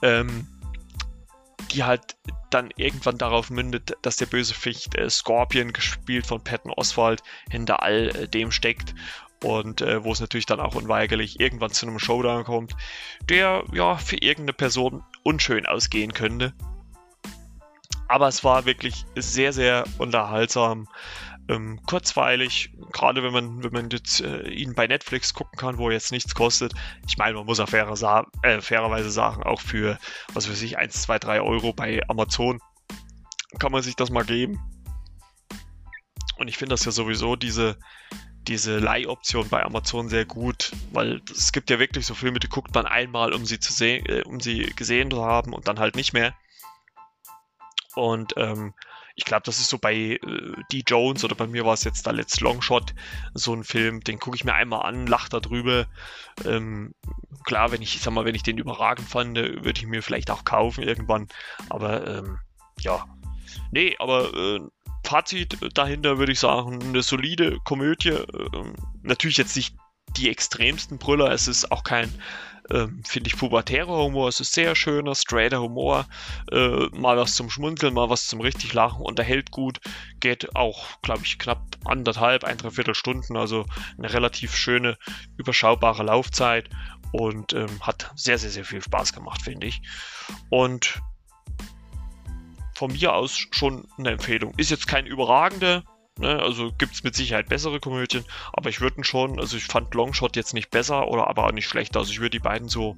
die halt dann irgendwann darauf mündet, dass der Bösewicht Scorpion, gespielt von Patton Oswalt, hinter all dem steckt, und wo es natürlich dann auch unweigerlich irgendwann zu einem Showdown kommt, der ja für irgendeine Person unschön ausgehen könnte. Aber es war wirklich sehr, sehr unterhaltsam, kurzweilig, gerade wenn man jetzt ihn bei Netflix gucken kann, wo er jetzt nichts kostet. Ich meine, man muss auch fairerweise sagen, auch für, was weiß ich, 1, 2, 3 Euro bei Amazon kann man sich das mal geben. Und ich finde das ja sowieso, diese Leihoption bei Amazon sehr gut, weil es gibt ja wirklich so Filme, die guckt man einmal, um sie zu sehen, um sie gesehen zu haben, und dann halt nicht mehr. Und Ich glaube, das ist so bei D. Jones oder bei mir war es jetzt der Let's Longshot, so ein Film, den gucke ich mir einmal an, lache da drüber. Klar, wenn ich den überragend fand, würde ich mir vielleicht auch kaufen irgendwann. Aber ja, nee, aber Fazit dahinter würde ich sagen, eine solide Komödie. Natürlich jetzt nicht die extremsten Brüller, es ist auch kein finde ich, pubertärer Humor. Es ist sehr schöner, straighter Humor. Mal was zum Schmunzeln, mal was zum richtig Lachen. Unterhält gut. Geht auch, glaube ich, knapp ein Dreiviertelstunden. Also eine relativ schöne, überschaubare Laufzeit. Und hat sehr, sehr, sehr viel Spaß gemacht, finde ich. Und von mir aus schon eine Empfehlung. Ist jetzt kein überragender. Ne, also gibt es mit Sicherheit bessere Komödien, aber ich würde schon, also ich fand Longshot jetzt nicht besser oder aber auch nicht schlechter, also ich würde die beiden so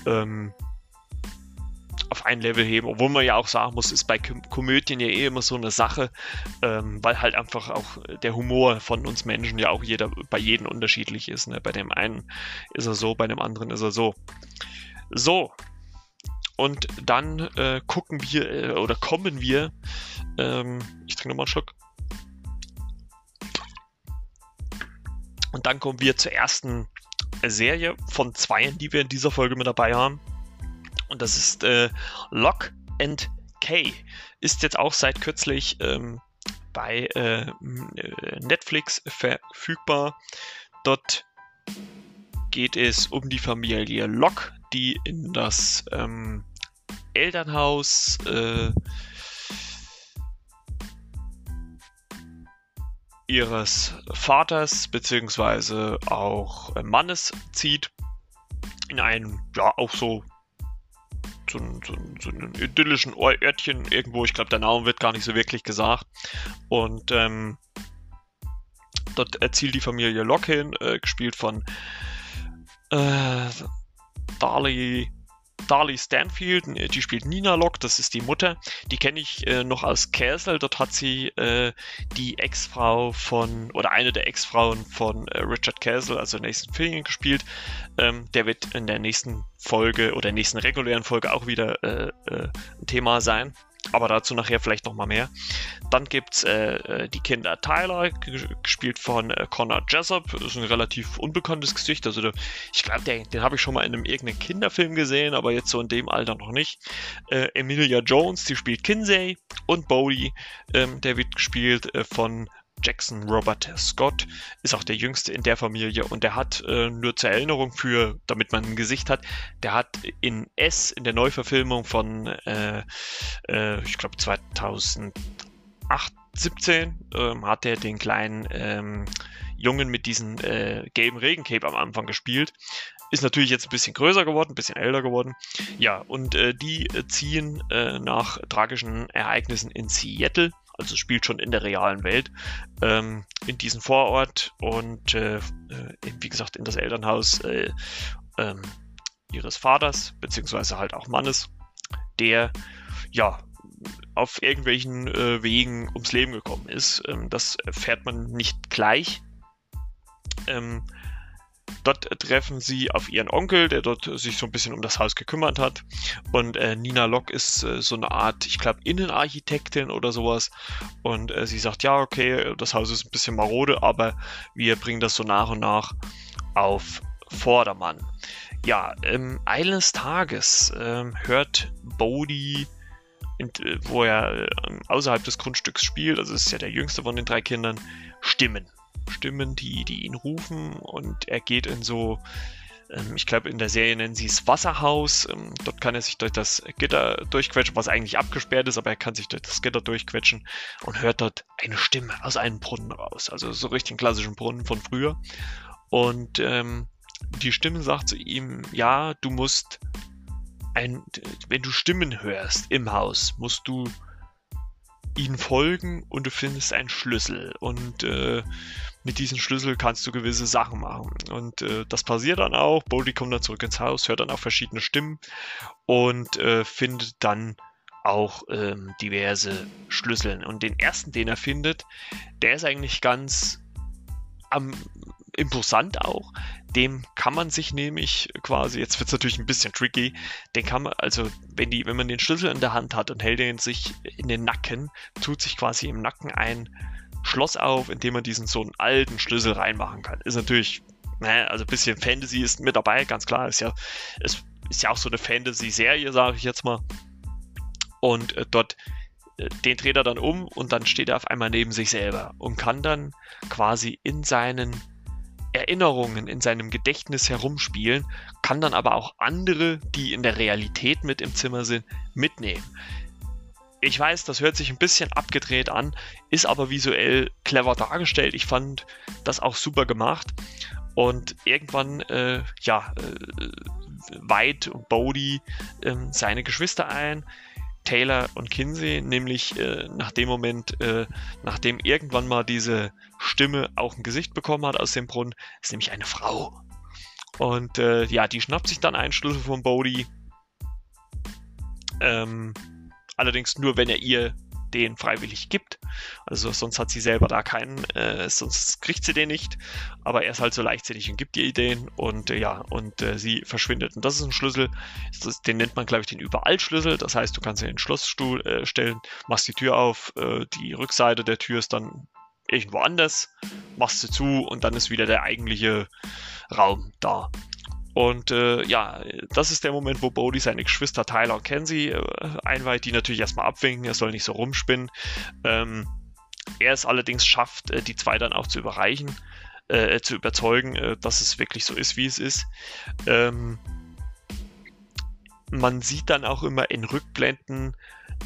auf ein Level heben, obwohl man ja auch sagen muss, ist bei Komödien ja eh immer so eine Sache, weil halt einfach auch der Humor von uns Menschen ja auch bei jedem unterschiedlich ist. Ne? Bei dem einen ist er so, bei dem anderen ist er so. So, und dann kommen wir, ich trinke nochmal einen Schluck. Und dann kommen wir zur ersten Serie von zweien, die wir in dieser Folge mit dabei haben. Und das ist Lock and Key. Ist jetzt auch seit kürzlich bei Netflix verfügbar. Dort geht es um die Familie Lock, die in das Elternhaus ihres Vaters bzw. auch Mannes zieht, in einem, ja, auch so einen idyllischen Örtchen irgendwo, ich glaube, der Name wird gar nicht so wirklich gesagt, und dort erzielt die Familie Lock hin, gespielt von Darlie Stanfield, die spielt Nina Lock, das ist die Mutter. Die kenne ich noch aus Castle. Dort hat sie die Ex-Frau oder eine der Ex-Frauen von Richard Castle, also Nathan Fillion, gespielt. Der wird in der nächsten Folge oder nächsten regulären Folge auch wieder ein Thema sein. Aber dazu nachher vielleicht nochmal mehr. Dann gibt es die Kinder Tyler, gespielt von Connor Jessup. Das ist ein relativ unbekanntes Gesicht. Also ich glaube, den habe ich schon mal in einem irgendeinen Kinderfilm gesehen, aber jetzt so in dem Alter noch nicht. Emilia Jones, die spielt Kinsey. Und Bodhi, der wird gespielt von Jackson Robert Scott, ist auch der Jüngste in der Familie, und der hat, nur zur Erinnerung damit man ein Gesicht hat, der hat in der Neuverfilmung von, ich glaube 2017, hat er den kleinen Jungen mit diesem gelben Regencape am Anfang gespielt. Ist natürlich jetzt ein bisschen größer geworden, ein bisschen älter geworden. Ja, und die ziehen nach tragischen Ereignissen in Seattle. Also spielt schon in der realen Welt, in diesem Vorort und wie gesagt in das Elternhaus ihres Vaters, beziehungsweise halt auch Mannes, der ja auf irgendwelchen Wegen ums Leben gekommen ist. Das erfährt man nicht gleich. Dort treffen sie auf ihren Onkel, der dort sich so ein bisschen um das Haus gekümmert hat. Und Nina Lock ist so eine Art, ich glaube, Innenarchitektin oder sowas. Und sie sagt, ja, okay, das Haus ist ein bisschen marode, aber wir bringen das so nach und nach auf Vordermann. Ja, eines Tages hört Bodhi, wo er außerhalb des Grundstücks spielt, also ist ja der jüngste von den 3 Kindern, Stimmen, die ihn rufen, und er geht in so, ich glaube in der Serie nennen sie es Wasserhaus, dort kann er sich durch das Gitter durchquetschen, was eigentlich abgesperrt ist, aber er kann sich durch das Gitter durchquetschen und hört dort eine Stimme aus einem Brunnen raus, also so richtig einen klassischen Brunnen von früher, und die Stimme sagt zu ihm, ja, du musst wenn du Stimmen hörst im Haus, musst du ihnen folgen und du findest einen Schlüssel, und mit diesem Schlüssel kannst du gewisse Sachen machen, und das passiert dann auch. Bodhi kommt dann zurück ins Haus, hört dann auch verschiedene Stimmen und findet dann auch diverse Schlüssel, und den ersten, den er findet, der ist eigentlich ganz imposant auch. Dem kann man sich nämlich quasi, jetzt wird es natürlich ein bisschen tricky, den kann man, also wenn man den Schlüssel in der Hand hat und hält den sich in den Nacken, tut sich quasi im Nacken ein Schloss auf, in dem man diesen so einen alten Schlüssel reinmachen kann. Ist natürlich, also ein bisschen Fantasy ist mit dabei, ganz klar, ist ja auch so eine Fantasy-Serie, sage ich jetzt mal. Und dort, den dreht er dann um und dann steht er auf einmal neben sich selber und kann dann quasi in seinen Erinnerungen, in seinem Gedächtnis herumspielen, kann dann aber auch andere, die in der Realität mit im Zimmer sind, mitnehmen. Ich weiß, das hört sich ein bisschen abgedreht an, ist aber visuell clever dargestellt. Ich fand das auch super gemacht. Und irgendwann, weiht Bodhi seine Geschwister ein, Taylor und Kinsey, nämlich nach dem Moment, nachdem irgendwann mal diese Stimme auch ein Gesicht bekommen hat aus dem Brunnen, ist nämlich eine Frau. Und die schnappt sich dann einen Schlüssel von Bodhi. Allerdings nur, wenn er ihr den freiwillig gibt. Also sonst hat sie selber da keinen, sonst kriegt sie den nicht. Aber er ist halt so leichtsinnig und gibt ihr den und sie verschwindet. Und das ist ein Schlüssel, den nennt man, glaube ich, den Überall-Schlüssel. Das heißt, du kannst ihn in den Schlossstuhl stellen, machst die Tür auf, die Rückseite der Tür ist dann irgendwo anders, machst sie zu und dann ist wieder der eigentliche Raum da. Und das ist der Moment, wo Bodhi seine Geschwister Tyler und Kinsey einweiht, die natürlich erstmal abwinken, er soll nicht so rumspinnen. Er es allerdings schafft, die zwei dann auch zu überzeugen, dass es wirklich so ist, wie es ist. Man sieht dann auch immer in Rückblenden,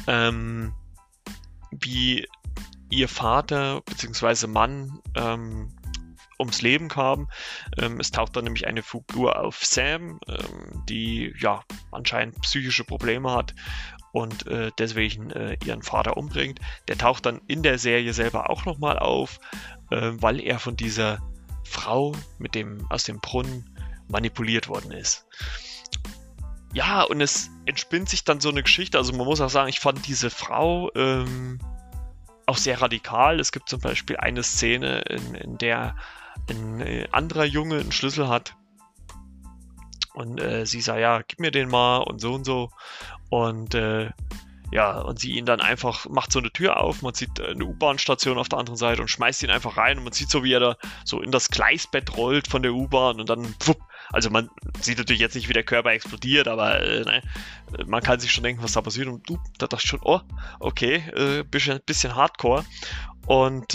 wie ihr Vater bzw. Mann ums Leben kam. Es taucht dann nämlich eine Figur auf, Sam, die anscheinend psychische Probleme hat und deswegen ihren Vater umbringt. Der taucht dann in der Serie selber auch nochmal auf, weil er von dieser Frau aus dem Brunnen manipuliert worden ist. Ja, und es entspinnt sich dann so eine Geschichte. Also man muss auch sagen, ich fand diese Frau auch sehr radikal. Es gibt zum Beispiel eine Szene, in der ein anderer Junge einen Schlüssel hat und sie sagt, ja, gib mir den mal und so und und sie ihn dann einfach, macht so eine Tür auf, man sieht eine U-Bahn-Station auf der anderen Seite und schmeißt ihn einfach rein und man sieht so, wie er da so in das Gleisbett rollt von der U-Bahn und dann pfupp, also man sieht natürlich jetzt nicht, wie der Körper explodiert, aber man kann sich schon denken, was da passiert und da dachte ich schon, oh, okay, bisschen Hardcore und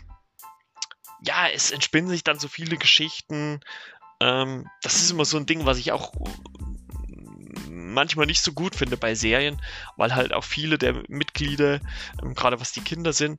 es entspinnen sich dann so viele Geschichten. Das ist immer so ein Ding, was ich auch manchmal nicht so gut finde bei Serien, weil halt auch viele der Mitglieder, gerade was die Kinder sind,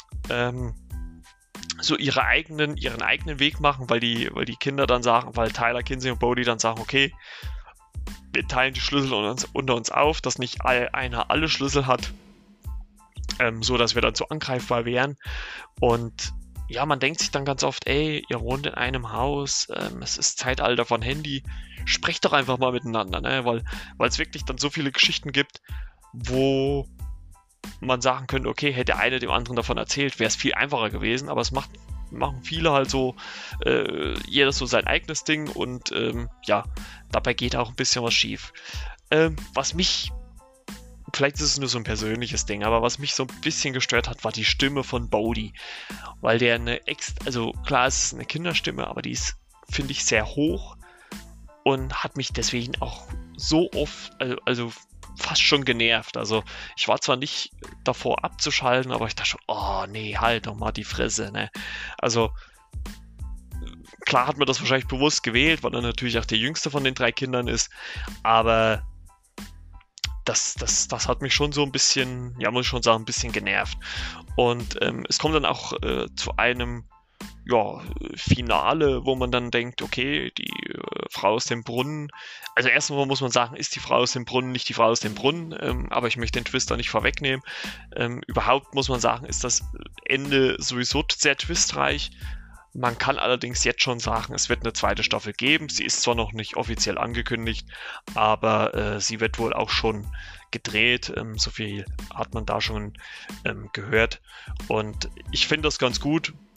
so ihren eigenen Weg machen, weil die Kinder dann sagen, weil Tyler, Kinsey und Bodhi dann sagen, okay, wir teilen die Schlüssel unter uns auf, dass nicht einer alle Schlüssel hat, so dass wir dann so angreifbar wären. Und ja, man denkt sich dann ganz oft, ey, ihr wohnt in einem Haus, es ist Zeitalter von Handy, sprecht doch einfach mal miteinander, ne? Weil es wirklich dann so viele Geschichten gibt, wo man sagen könnte, okay, hätte einer dem anderen davon erzählt, wäre es viel einfacher gewesen, aber es machen viele halt so, jeder so sein eigenes Ding und dabei geht auch ein bisschen was schief. Was mich, vielleicht ist es nur so ein persönliches Ding, aber was mich so ein bisschen gestört hat, war die Stimme von Bodhi, weil der also klar, es ist eine Kinderstimme, aber die ist, finde ich, sehr hoch und hat mich deswegen auch so oft, also fast schon genervt. Also ich war zwar nicht davor abzuschalten, aber ich dachte schon, oh nee, halt doch mal die Fresse, ne? Also klar hat man das wahrscheinlich bewusst gewählt, weil er natürlich auch der jüngste von den 3 Kindern ist, aber das hat mich schon so ein bisschen, ja, muss ich schon sagen, ein bisschen genervt. Und es kommt dann auch zu einem Finale, wo man dann denkt, okay, die Frau aus dem Brunnen, also erstmal muss man sagen, ist die Frau aus dem Brunnen nicht die Frau aus dem Brunnen, aber ich möchte den Twist da nicht vorwegnehmen. Überhaupt muss man sagen, ist das Ende sowieso sehr twistreich. Man kann allerdings jetzt schon sagen, es wird eine zweite Staffel geben. Sie ist zwar noch nicht offiziell angekündigt, aber sie wird wohl auch schon gedreht. So viel hat man da schon gehört. Und ich finde das ganz gut,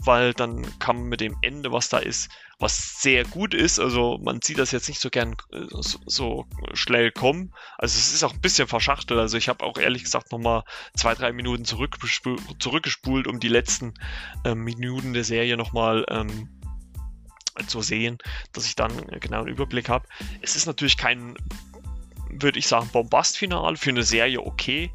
weil dann kann man mit dem Ende, was da ist, was sehr gut ist, also man sieht das jetzt nicht so gern so schnell kommen, also es ist auch ein bisschen verschachtelt, also ich habe auch ehrlich gesagt nochmal 2-3 Minuten zurückgespult, um die letzten Minuten der Serie nochmal zu sehen, dass ich dann genau einen Überblick habe. Es ist natürlich kein, würde ich sagen, Bombastfinale, für eine Serie okay,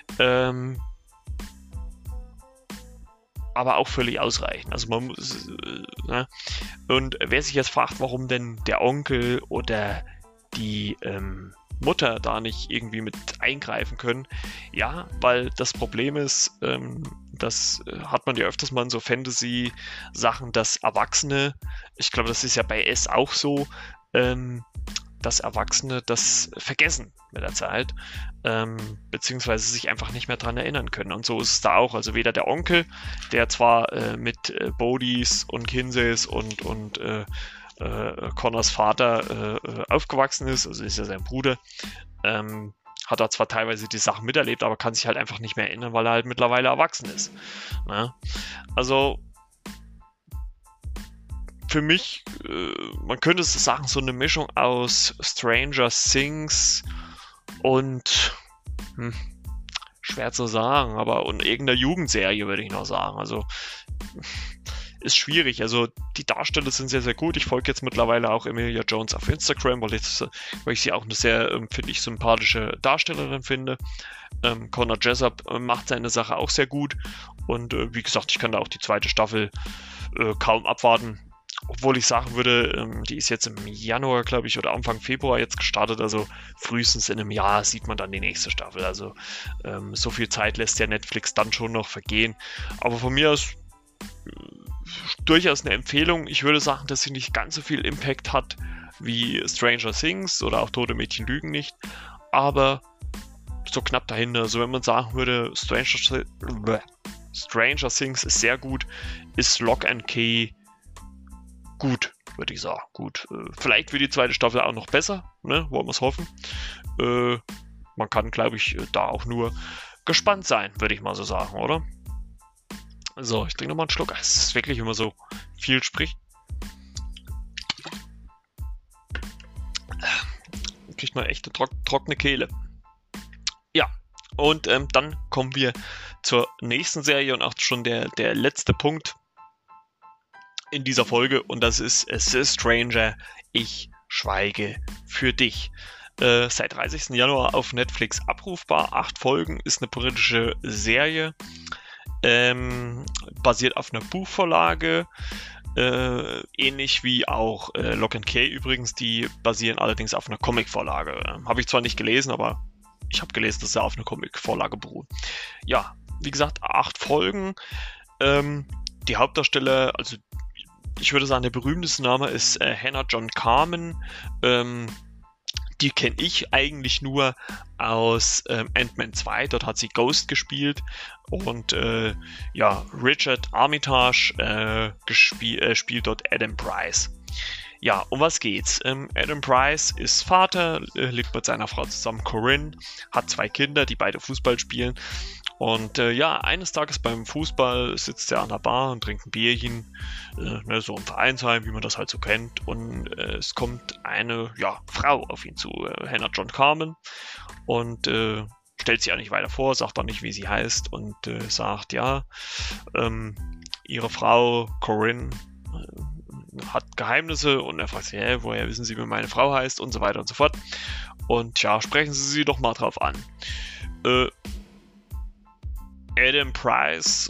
aber auch völlig ausreichend. Also man muss, ne? Und wer sich jetzt fragt, warum denn der Onkel oder die Mutter da nicht irgendwie mit eingreifen können, ja, weil das Problem ist, das hat man ja öfters mal in so Fantasy-Sachen, dass Erwachsene, ich glaube, das ist ja bei S auch so, dass Erwachsene das vergessen mit der Zeit, beziehungsweise sich einfach nicht mehr dran erinnern können. Und so ist es da auch. Also weder der Onkel, der zwar mit Bodhis und Kinseys und Connors Vater aufgewachsen ist, also ist ja sein Bruder, hat er zwar teilweise die Sachen miterlebt, aber kann sich halt einfach nicht mehr erinnern, weil er halt mittlerweile erwachsen ist. Ne? Also für mich, man könnte es sagen, so eine Mischung aus Stranger Things und schwer zu sagen, aber und irgendeiner Jugendserie würde ich noch sagen. Also ist schwierig. Also die Darsteller sind sehr, sehr gut. Ich folge jetzt mittlerweile auch Emilia Jones auf Instagram, weil ich sie auch eine sehr, finde ich, sympathische Darstellerin finde. Connor Jessup macht seine Sache auch sehr gut. Und wie gesagt, ich kann da auch die zweite Staffel kaum abwarten. Obwohl ich sagen würde, die ist jetzt im Januar, glaube ich, oder Anfang Februar jetzt gestartet. Also frühestens in einem Jahr sieht man dann die nächste Staffel. Also so viel Zeit lässt ja Netflix dann schon noch vergehen. Aber von mir aus durchaus eine Empfehlung. Ich würde sagen, dass sie nicht ganz so viel Impact hat wie Stranger Things oder auch Tote Mädchen lügen nicht. Aber so knapp dahinter. Also wenn man sagen würde, Stranger Things ist sehr gut, ist Lock and Key gut, würde ich sagen. Gut. Vielleicht wird die zweite Staffel auch noch besser, ne? Wollen wir es hoffen. Man kann, glaube ich, da auch nur gespannt sein, würde ich mal so sagen, oder? So, ich trinke nochmal einen Schluck. Es ist wirklich immer so viel spricht. Kriegt man echt eine trockene Kehle. Ja, und dann kommen wir zur nächsten Serie und auch schon der letzte Punkt in dieser Folge, und das ist Es ist Stranger, ich schweige für dich. Seit 30. Januar auf Netflix abrufbar. 8 Folgen, ist eine britische Serie. Basiert auf einer Buchvorlage. Ähnlich wie auch Lock and Key übrigens. Die basieren allerdings auf einer Comicvorlage. Habe ich zwar nicht gelesen, aber ich habe gelesen, dass sie auf einer Comicvorlage beruhen. Ja, wie gesagt, 8 Folgen. Die Hauptdarsteller, also ich würde sagen, der berühmteste Name ist Hannah John Carmen. Die kenne ich eigentlich nur aus Ant-Man 2. Dort hat sie Ghost gespielt. Und ja, Richard Armitage spielt dort Adam Price. Ja, um was geht's? Adam Price ist Vater, lebt mit seiner Frau zusammen, Corinne, hat 2 Kinder, die beide Fußball spielen. Und ja, eines Tages beim Fußball sitzt er an der Bar und trinkt ein Bierchen, ne, so im Vereinsheim, wie man das halt so kennt. Und es kommt eine Frau auf ihn zu, Hannah John Carmen, und stellt sich auch nicht weiter vor, sagt auch nicht, wie sie heißt, und sagt, ja, ihre Frau Corinne hat Geheimnisse, und er fragt sich, woher wissen Sie, wie meine Frau heißt, und so weiter und so fort. Und ja, sprechen Sie sie doch mal drauf an. Adam Price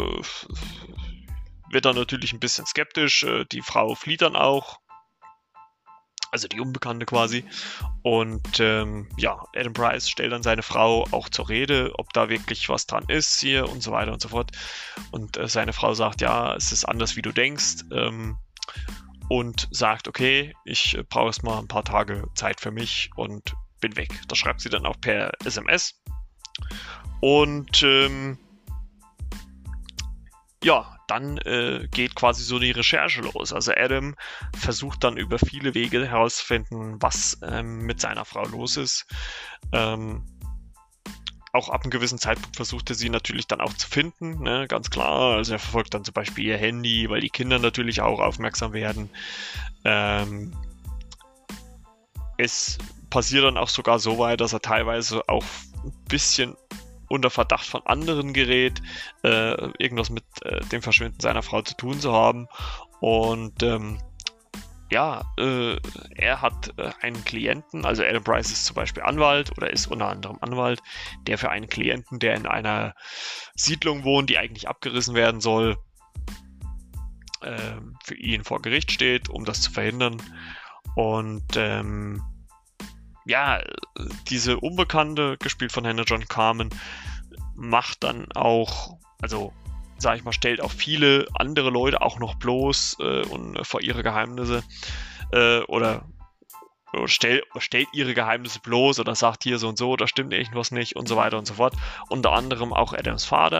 wird dann natürlich ein bisschen skeptisch. Die Frau flieht dann auch. Also die Unbekannte quasi. Und ja, Adam Price stellt dann seine Frau auch zur Rede, ob da wirklich was dran ist hier und so weiter und so fort. Und seine Frau sagt, ja, es ist anders, wie du denkst. Und sagt, okay, ich brauche erst mal ein paar Tage Zeit für mich und bin weg. Das schreibt sie dann auch per SMS. Und ja, dann geht quasi so die Recherche los. Also Adam versucht dann über viele Wege herauszufinden, was mit seiner Frau los ist. auch ab einem gewissen Zeitpunkt versucht er sie natürlich dann auch zu finden, ne, ganz klar. Also er verfolgt dann zum Beispiel ihr Handy, weil die Kinder natürlich auch aufmerksam werden. Es passiert dann auch sogar so weit, dass er teilweise auch ein bisschen unter Verdacht von anderen gerät, irgendwas mit dem Verschwinden seiner Frau zu tun zu haben. Und er hat einen Klienten, also Adam Bryce ist zum Beispiel Anwalt oder ist unter anderem Anwalt, der für einen Klienten, der in einer Siedlung wohnt, die eigentlich abgerissen werden soll, für ihn vor Gericht steht, um das zu verhindern. Und diese Unbekannte, gespielt von Hannah John Kamen, macht dann auch, also sag ich mal, stellt auch viele andere Leute auch noch bloß und vor ihre Geheimnisse oder stellt ihre Geheimnisse bloß oder sagt hier so und so, da stimmt irgendwas nicht und so weiter und so fort. Unter anderem auch Adams Vater,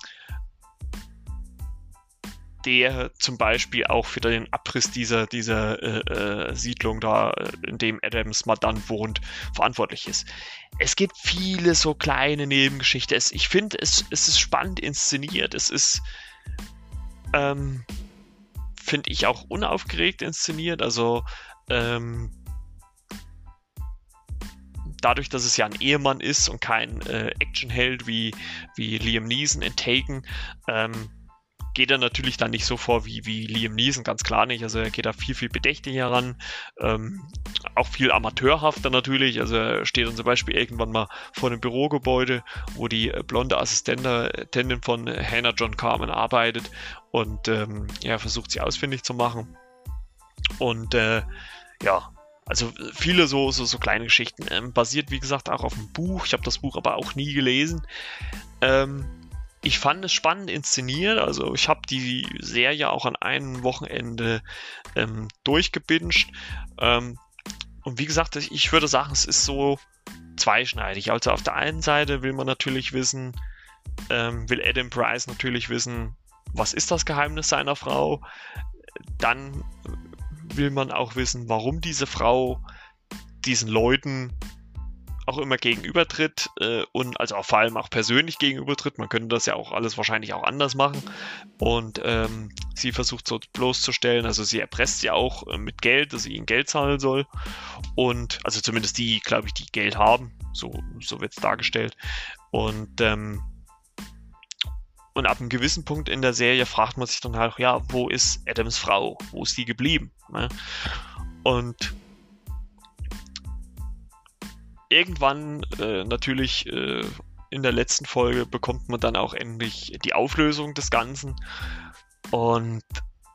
der zum Beispiel auch für den Abriss dieser Siedlung da, in dem Adams Mandant wohnt, verantwortlich ist. Es gibt viele so kleine Nebengeschichten. Ich finde, es ist spannend inszeniert. Es ist, finde ich, auch unaufgeregt inszeniert. Also dadurch, dass es ja ein Ehemann ist und kein Actionheld wie Liam Neeson in Taken, geht er natürlich dann nicht so vor wie Liam Neeson, ganz klar nicht. Also er geht da viel bedächtiger ran, auch viel amateurhafter natürlich. Also er steht dann zum Beispiel irgendwann mal vor einem Bürogebäude, wo die blonde Assistentin von Hannah John Kamen arbeitet und er versucht sie ausfindig zu machen. Und also viele so kleine Geschichten. Basiert, wie gesagt, auch auf dem Buch. Ich habe das Buch aber auch nie gelesen. Ich fand es spannend inszeniert, also ich habe die Serie auch an einem Wochenende durchgebinged. Und wie gesagt, ich würde sagen, es ist so zweischneidig. Also auf der einen Seite will man natürlich wissen, will Adam Bryce natürlich wissen, was ist das Geheimnis seiner Frau? Dann will man auch wissen, warum diese Frau diesen Leuten auch immer gegenübertritt und also auch vor allem auch persönlich gegenübertritt. Man könnte das ja auch alles wahrscheinlich auch anders machen. Und sie versucht so bloßzustellen, also sie erpresst sie auch mit Geld, dass sie ihnen Geld zahlen soll. Und also zumindest die, glaube ich, die Geld haben. So wird es dargestellt. Und ab einem gewissen Punkt in der Serie fragt man sich dann halt, ja, wo ist Adams Frau? Wo ist die geblieben? Ne? Und irgendwann natürlich in der letzten Folge bekommt man dann auch endlich die Auflösung des Ganzen. Und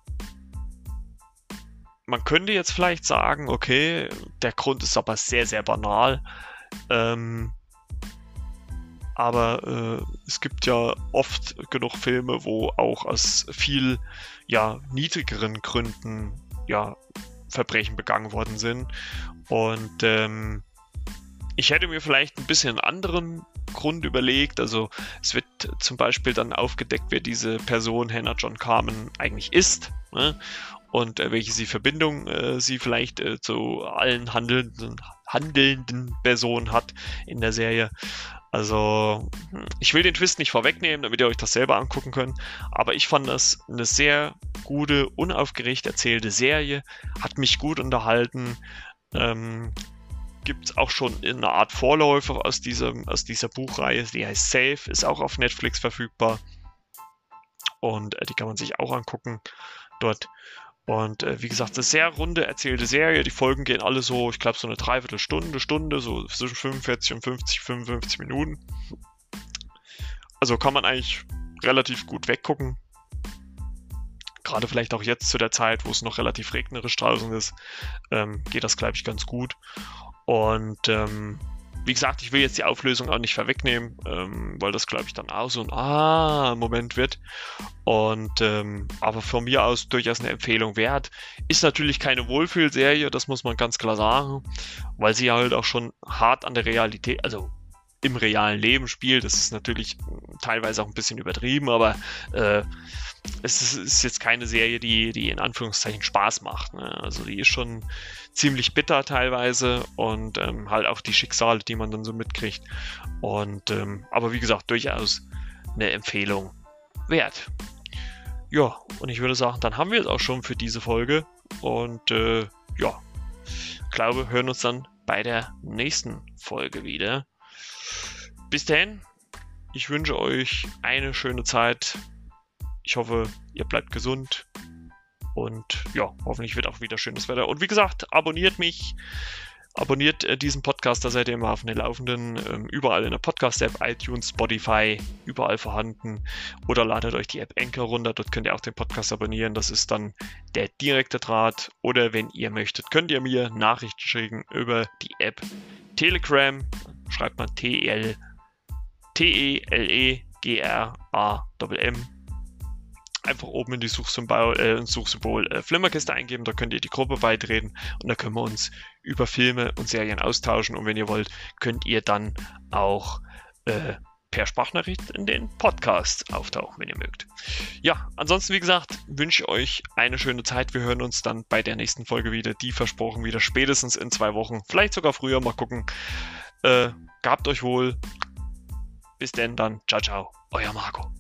man könnte jetzt vielleicht sagen, okay, der Grund ist aber sehr, sehr banal. Aber es gibt ja oft genug Filme, wo auch aus viel niedrigeren Gründen Verbrechen begangen worden sind. Und ich hätte mir vielleicht ein bisschen einen anderen Grund überlegt. Also es wird zum Beispiel dann aufgedeckt, wer diese Person Hannah John Kamen eigentlich ist, ne? Und welche Verbindung sie vielleicht zu allen handelnden Personen hat in der Serie. Also ich will den Twist nicht vorwegnehmen, damit ihr euch das selber angucken könnt. Aber ich fand das eine sehr gute, unaufgeregt erzählte Serie. Hat mich gut unterhalten. Gibt es auch schon eine Art Vorläufer aus dieser Buchreihe, die heißt Safe, ist auch auf Netflix verfügbar und die kann man sich auch angucken dort. Und wie gesagt, eine sehr runde erzählte Serie, die Folgen gehen alle so, ich glaube so eine Dreiviertelstunde, so zwischen 45 und 55 Minuten. Also kann man eigentlich relativ gut weggucken. Gerade vielleicht auch jetzt zu der Zeit, wo es noch relativ regnerisch draußen ist, geht das, glaube ich, ganz gut. Und wie gesagt, ich will jetzt die Auflösung auch nicht vorwegnehmen, weil das, glaube ich, dann auch so ein Moment wird. Und aber von mir aus durchaus eine Empfehlung wert. Ist natürlich keine Wohlfühlserie, das muss man ganz klar sagen, weil sie halt auch schon hart an der Realität, also im realen Leben spielt. Das ist natürlich teilweise auch ein bisschen übertrieben, aber es ist jetzt keine Serie, die in Anführungszeichen Spaß macht. Ne? Also die ist schon ziemlich bitter teilweise und halt auch die Schicksale, die man dann so mitkriegt. Und aber wie gesagt, durchaus eine Empfehlung wert. Ja, und ich würde sagen, dann haben wir es auch schon für diese Folge. Und ja, glaube, wir hören uns dann bei der nächsten Folge wieder. Bis dahin, ich wünsche euch eine schöne Zeit. Ich hoffe, ihr bleibt gesund. Und ja, hoffentlich wird auch wieder schönes Wetter. Und wie gesagt, abonniert mich. Abonniert diesen Podcast, da seid ihr immer auf den Laufenden. Überall in der Podcast-App, iTunes, Spotify, überall vorhanden. Oder ladet euch die App Anchor runter, dort könnt ihr auch den Podcast abonnieren. Das ist dann der direkte Draht. Oder wenn ihr möchtet, könnt ihr mir Nachrichten schicken über die App Telegram. Schreibt man Telegram. Einfach oben in die Suchsymbol Flimmerkiste eingeben, da könnt ihr die Gruppe beitreten und da können wir uns über Filme und Serien austauschen und wenn ihr wollt, könnt ihr dann auch per Sprachnachricht in den Podcast auftauchen, wenn ihr mögt. Ja, ansonsten wie gesagt, wünsche ich euch eine schöne Zeit. Wir hören uns dann bei der nächsten Folge wieder, die versprochen wieder spätestens in 2 Wochen, vielleicht sogar früher, mal gucken. Gehabt euch wohl. Bis denn dann. Ciao, ciao. Euer Marco.